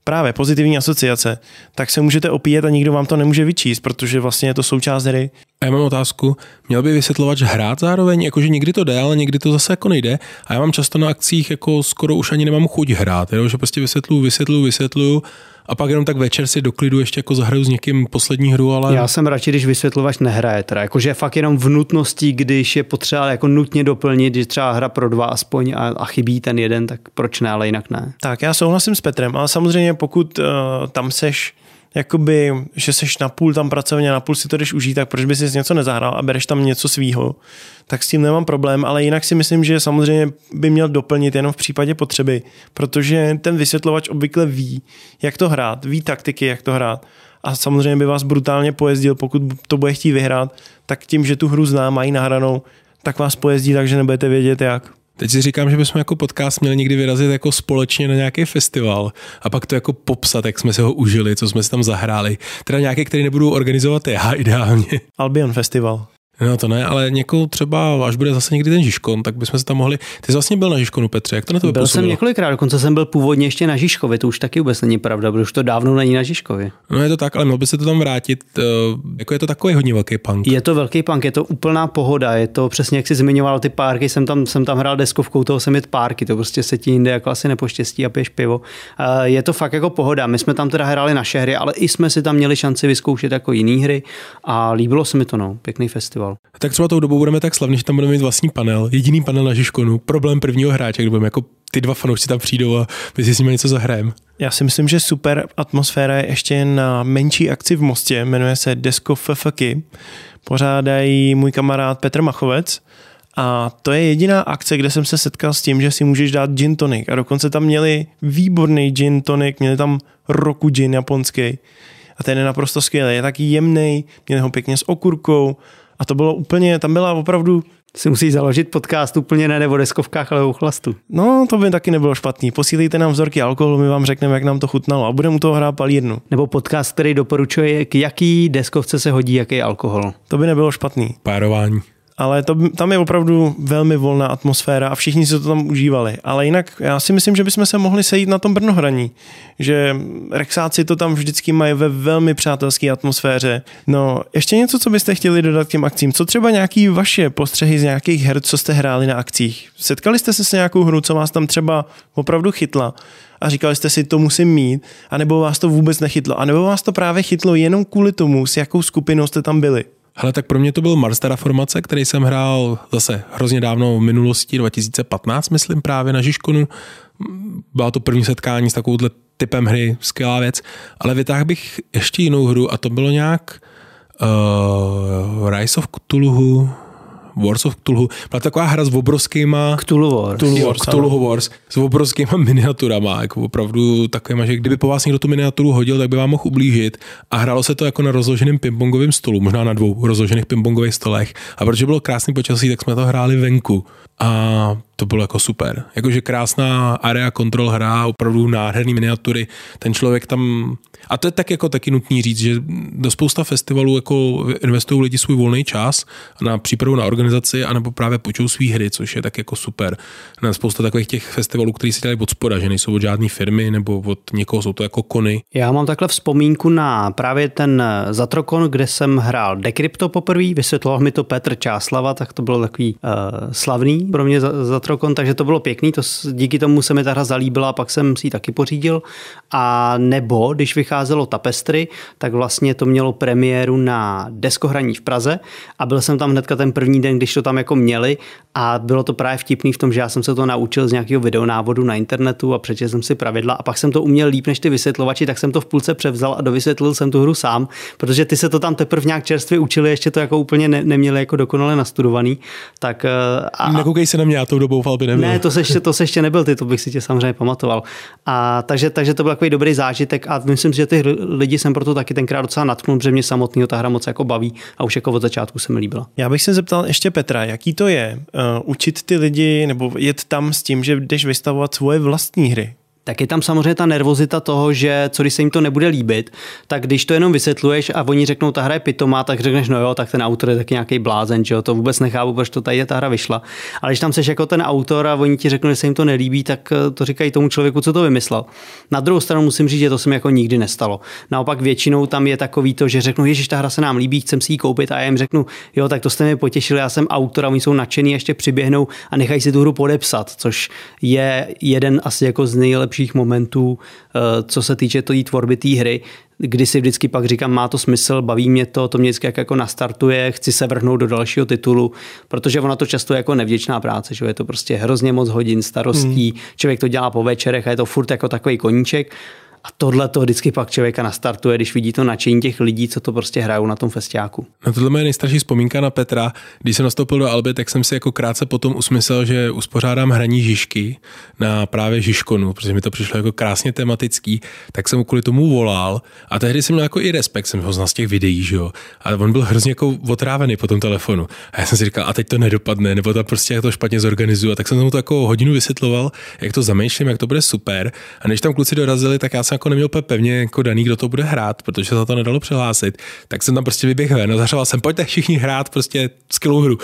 právě pozitivní asociace, tak se můžete opíjet a nikdo vám to nemůže vyčíst, protože vlastně je to součást hry. A já mám otázku, měl by vysvětlovač hrát zároveň, jakože někdy to jde, ale někdy to zase jako nejde. A já mám často na akcích jako skoro už ani nemám chuť hrát, jo? Že prostě vysvětluju, vysvětluju, vysvětluju a pak jenom tak večer si do klidu ještě jako zahraju s někým poslední hru, ale... Já jsem radši, když vysvětlovač nehraje, teda jakože fakt jenom v nutnosti, když je potřeba jako nutně doplnit, že třeba hra pro dva aspoň a, a chybí ten jeden, tak proč ne, ale jinak ne. Tak já souhlasím s Petrem, ale samozřejmě pokud uh, tam seš jakoby, že seš na půl tam pracovně, na půl si to jdeš užít, tak proč by si něco nezahrál a bereš tam něco svýho, tak s tím nemám problém, ale jinak si myslím, že samozřejmě by měl doplnit jenom v případě potřeby, protože ten vysvětlovač obvykle ví, jak to hrát, ví taktiky, jak to hrát a samozřejmě by vás brutálně pojezdil, pokud to bude chtít vyhrát, tak tím, že tu hru zná, mají nahranou, tak vás pojezdí, takže nebudete vědět jak. Teď si říkám, že bychom jako podcast měli někdy vyrazit jako společně na nějaký festival a pak to jako popsat, jak jsme se ho užili, co jsme si tam zahráli. Teda nějaký, který nebudu organizovat já ideálně. Albion Festival. No to ne, ale někoho třeba, až bude zase někdy ten Žižkon, tak bychom se tam mohli... Ty jsi vlastně byl na Žižkonu, Petře, jak to na tebe Byl působilo? jsem několikrát, dokonce jsem byl původně ještě na Žižkově, to už taky vůbec není pravda, protože už to dávno není na Žižkově. No je to tak, ale měl by se to tam vrátit, jako je to takový hodně velký punk. Je to velký punk, je to úplná pohoda, je to přesně jak jsi zmiňoval ty párky, jsem tam, jsem tam hrál deskovkou, toho jsem jet párky, to prostě se ti jinde jako asi nepoštěstí a piješ pivo. Je to fakt jako pohoda, my jsme tam teda hráli naše hry, ale i jsme si tam měli šanci vyzkoušet jako jiný hry a líbilo se mi to, no, pěkný festival. Tak třeba tou dobou budeme tak slavní, že tam budeme mít vlastní panel, jediný panel na Žižkonu, problém prvního hráče, kdy budeme jako ty dva fanoušci tam přijdou a my si s nimi něco zahrajeme. Já si myslím, že super atmosféra je ještě na menší akci v Mostě, jmenuje se Desko F F K. Pořádají můj kamarád Petr Machovec a to je jediná akce, kde jsem se setkal s tím, že si můžeš dát gin tonic a dokonce tam měli výborný gin tonic, měli tam roku gin japonský a ten je naprosto skvělý, je taky jemnej, měli ho pěkně s okurkou a to bylo úplně, tam byla opravdu... Si musí založit podcast úplně ne o deskovkách, ale o chlastu. No, to by taky nebylo špatný. Posílejte nám vzorky alkoholu, my vám řekneme, jak nám to chutnalo a budeme u toho hrát palírnu. Nebo podcast, který doporučuje, k jaký deskovce se hodí jaký alkohol. To by nebylo špatný. Párování. Ale to, tam je opravdu velmi volná atmosféra a všichni si to tam užívali. Ale jinak já si myslím, že bychom se mohli sejít na tom Brnohraní. Že Rexáci to tam vždycky mají ve velmi přátelské atmosféře. No, ještě něco, co byste chtěli dodat k těm akcím? Co třeba nějaký vaše postřehy z nějakých her, co jste hráli na akcích? Setkali jste se s nějakou hru, co vás tam třeba opravdu chytla? A říkali jste si, to musím mít, anebo vás to vůbec nechytlo, anebo vás to právě chytlo jenom kvůli tomu, s jakou skupinou jste tam byli? Hele, tak pro mě to byl Mars Terraformace, který jsem hrál zase hrozně dávno v minulosti, dva tisíce patnáct, myslím, právě na Žižkonu. Byla to první setkání s takovouhle typem hry, skvělá věc, ale vytáhl bych ještě jinou hru a to bylo nějak uh, Rise of Cthulhu, Wars of Cthulhu. Byla taková hra s obrovskýma... Cthulhu Wars. Cthulhu Wars, Cthulhu Wars s obrovskýma miniaturama, jako opravdu takovýma, že kdyby po vás někdo tu miniaturu hodil, tak by vám mohl ublížit a hrálo se to jako na rozloženém pingpongovém stolu, možná na dvou rozložených pingpongových stolech. A protože bylo krásný počasí, tak jsme to hráli venku. A to bylo jako super. Jakože krásná area control hra, opravdu nádherný miniatury. Ten člověk tam... A to je tak jako taky nutný říct, že do spousta festivalů jako investují lidi svůj volný čas na přípravu na organizaci anebo právě půjčou svý hry, což je tak jako super. Na spousta takových těch festivalů, který si dělají od spoda, že nejsou od žádné firmy nebo od někoho, jsou to jako kony. Já mám takhle vzpomínku na právě ten Zatrokon, kde jsem hrál Decrypto poprvé, vysvětloval mi to Petr Čáslava, tak to bylo takový uh, slavný pro mě Zatrokon, takže to bylo pěkný, to díky tomu se mi ta hra zalíbila, pak jsem si ji taky pořídil. A nebo, když vycházelo Tapestry, tak vlastně to mělo premiéru na deskohraní v Praze a byl jsem tam hnedka ten první den, když to tam jako měli a bylo to právě vtipný v tom, že já jsem se to naučil z nějakého videonávodu na internetu a přečetl jsem si pravidla a pak jsem to uměl líp než ty vysvětlovači, tak jsem to v půlce převzal a dovysvětlil jsem tu hru sám, protože ty se to tam teprve nějak čerstvě učili, ještě to jako úplně ne, neměli jako dokonale nastudovaný. Tak a, nekoukej se na mě, já tou dobou Falby nebyl. Ne, to se ještě, to se ještě nebyl ty, to bych si tě samozřejmě pamatoval. A takže, takže to byl takový dobrý zážitek a myslím si, že ty lidi jsem proto taky tenkrát docela natknul, protože mě samotného ta hra moc jako baví a už jako od začátku se mi líbila. Já bych se zeptal ještě Petra, jaký to je uh, učit ty lidi nebo jet tam s tím, že jdeš vystavovat svoje vlastní hry. Tak je tam samozřejmě ta nervozita toho, že co když se jim to nebude líbit, tak když to jenom vysvětluješ a oni řeknou, ta hra je pitomá, tak řekneš, no jo, tak ten autor je taky nějaký blázen, že jo, to vůbec nechápu, proč to tady je, ta hra vyšla. Ale když tam seš jako ten autor a oni ti řeknou, že se jim to nelíbí, tak to říkají tomu člověku, co to vymyslel. Na druhou stranu musím říct, že to se mi jako nikdy nestalo. Naopak většinou tam je takový to, že řeknu, ježiš, ta hra se nám líbí, chcem si ji koupit a já jim řeknu, jo, tak to jste mi potěšili, já jsem autor a oni jsou nadšení, ještě přiběhnou a nechají si tu hru podepsat, což je jeden asi jako z nejlepších momentů, co se týče té tvorby té hry, kdy si vždycky pak říkám, má to smysl, baví mě to, to mě vždycky jak jako nastartuje, chci se vrhnout do dalšího titulu, protože ona to často je jako nevděčná práce, že je to prostě hrozně moc hodin starostí, hmm. člověk to dělá po večerech a je to furt jako takový koníček. A tohle to vždycky pak člověka nastartuje, když vidí to nadšení těch lidí, co to prostě hrajou na tom festiáku. No tohle moje nejstarší vzpomínka na Petra. Když jsem nastoupil do Alby, tak jsem si jako krátce potom usmyslel, že uspořádám hraní Žižky na právě Žižkonu, protože mi to přišlo jako krásně tematický, tak jsem kvůli tomu volal a tehdy jsem měl jako i respekt, jsem ho znal z těch videí, že jo. A on byl hrozně jako otrávený po tom telefonu. A já jsem si říkal, a teď to nedopadne, nebo tam prostě jak to špatně zorganizuju. A tak jsem tomu to jako hodinu vysvětloval, jak to zamýšlím, jak to bude super. A než tam kluci dorazili, tak já jsem jako neměl pevně jako daný, kdo to bude hrát, protože se za to nedalo přihlásit. Tak jsem tam prostě vyběhl ven a zařval jsem, pojďte všichni hrát prostě skvělou hru.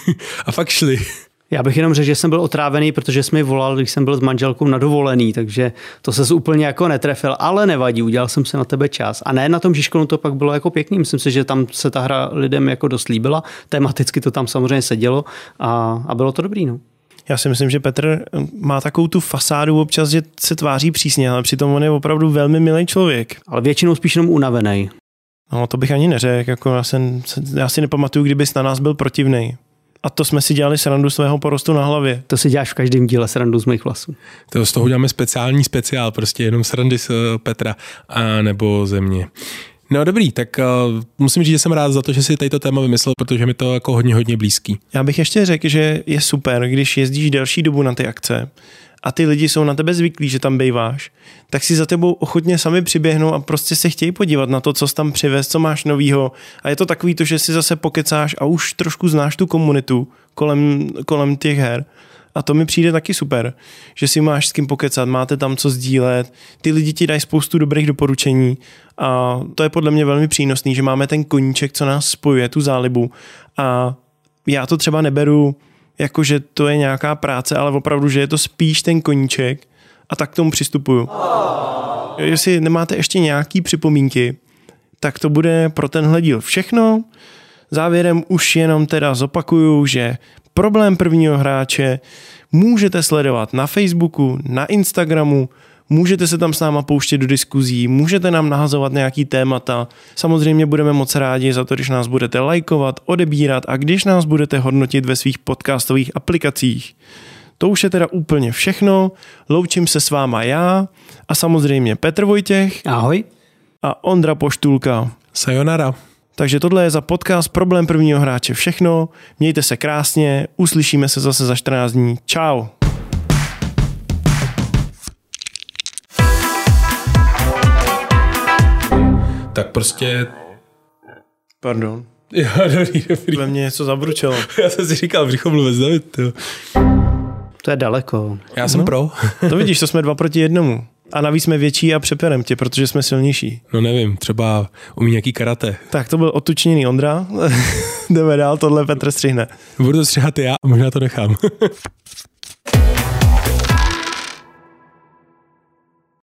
A fakt šli. Já bych jenom řekl, že jsem byl otrávený, protože jsi mi volal, když jsem byl s manželkou na dovolený, takže to ses úplně jako netrefil, ale nevadí, udělal jsem se na tebe čas. A ne, na tom Žižkonu to pak bylo jako pěkný, myslím si, že tam se ta hra lidem jako dost líbila, tematicky to tam samozřejmě sedělo a, a bylo to dobrý, no. Já si myslím, že Petr má takovou tu fasádu občas, že se tváří přísně, ale přitom on je opravdu velmi milý člověk. Ale většinou spíš jenom unavený. No, to bych ani neřekl, jako já, jsem, já si nepamatuju, kdybys na nás byl protivnej. A to jsme si dělali srandu svého porostu na hlavě. To si děláš v každém díle srandu z mých vlasů. To z toho děláme speciální speciál, prostě jenom srandy z Petra a nebo ze mě. No dobrý, tak uh, musím říct, že jsem rád za to, že si tady to téma vymyslel, protože mi to jako hodně, hodně blízký. Já bych ještě řekl, že je super, když jezdíš delší dobu na ty akce a ty lidi jsou na tebe zvyklí, že tam bejváš, tak si za tebou ochotně sami přiběhnou a prostě se chtějí podívat na to, co jsi tam přivez, co máš novýho. A je to takový to, že si zase pokecáš a už trošku znáš tu komunitu kolem, kolem těch her. A to mi přijde taky super, že si máš s kým pokecat, máte tam co sdílet, ty lidi ti dají spoustu dobrých doporučení a to je podle mě velmi přínosný, že máme ten koníček, co nás spojuje, tu zálibu a já to třeba neberu jako, že to je nějaká práce, ale opravdu, že je to spíš ten koníček a tak k tomu přistupuju. Jestli nemáte ještě nějaký připomínky, tak to bude pro tenhle díl všechno. Závěrem už jenom teda zopakuju, že Problém prvního hráče můžete sledovat na Facebooku, na Instagramu, můžete se tam s náma pouštět do diskuzí, můžete nám nahazovat nějaký témata. Samozřejmě budeme moc rádi za to, když nás budete lajkovat, odebírat a když nás budete hodnotit ve svých podcastových aplikacích. To už je teda úplně všechno. Loučím se s váma já a samozřejmě Petr Vojtěch. Ahoj. A Ondra Poštulka. Sayonara. Takže tohle je za podcast Problém prvního hráče všechno. Mějte se krásně, uslyšíme se zase za čtrnáct dní. Čau. Tak prostě... Pardon. Jo, dobrý, dobrý. Ve mně něco zabručelo. Já jsem si říkal, břichomluvec, David, to. To je daleko. Já jsem no. pro. To vidíš, to jsme dva proti jednomu. A navíc jsme větší a přeperem tě, protože jsme silnější. No nevím, třeba umí nějaký karate. Tak to byl otučněný Ondra. Jdeme dál, tohle Petr střihne. Budu to střihat já a možná to nechám.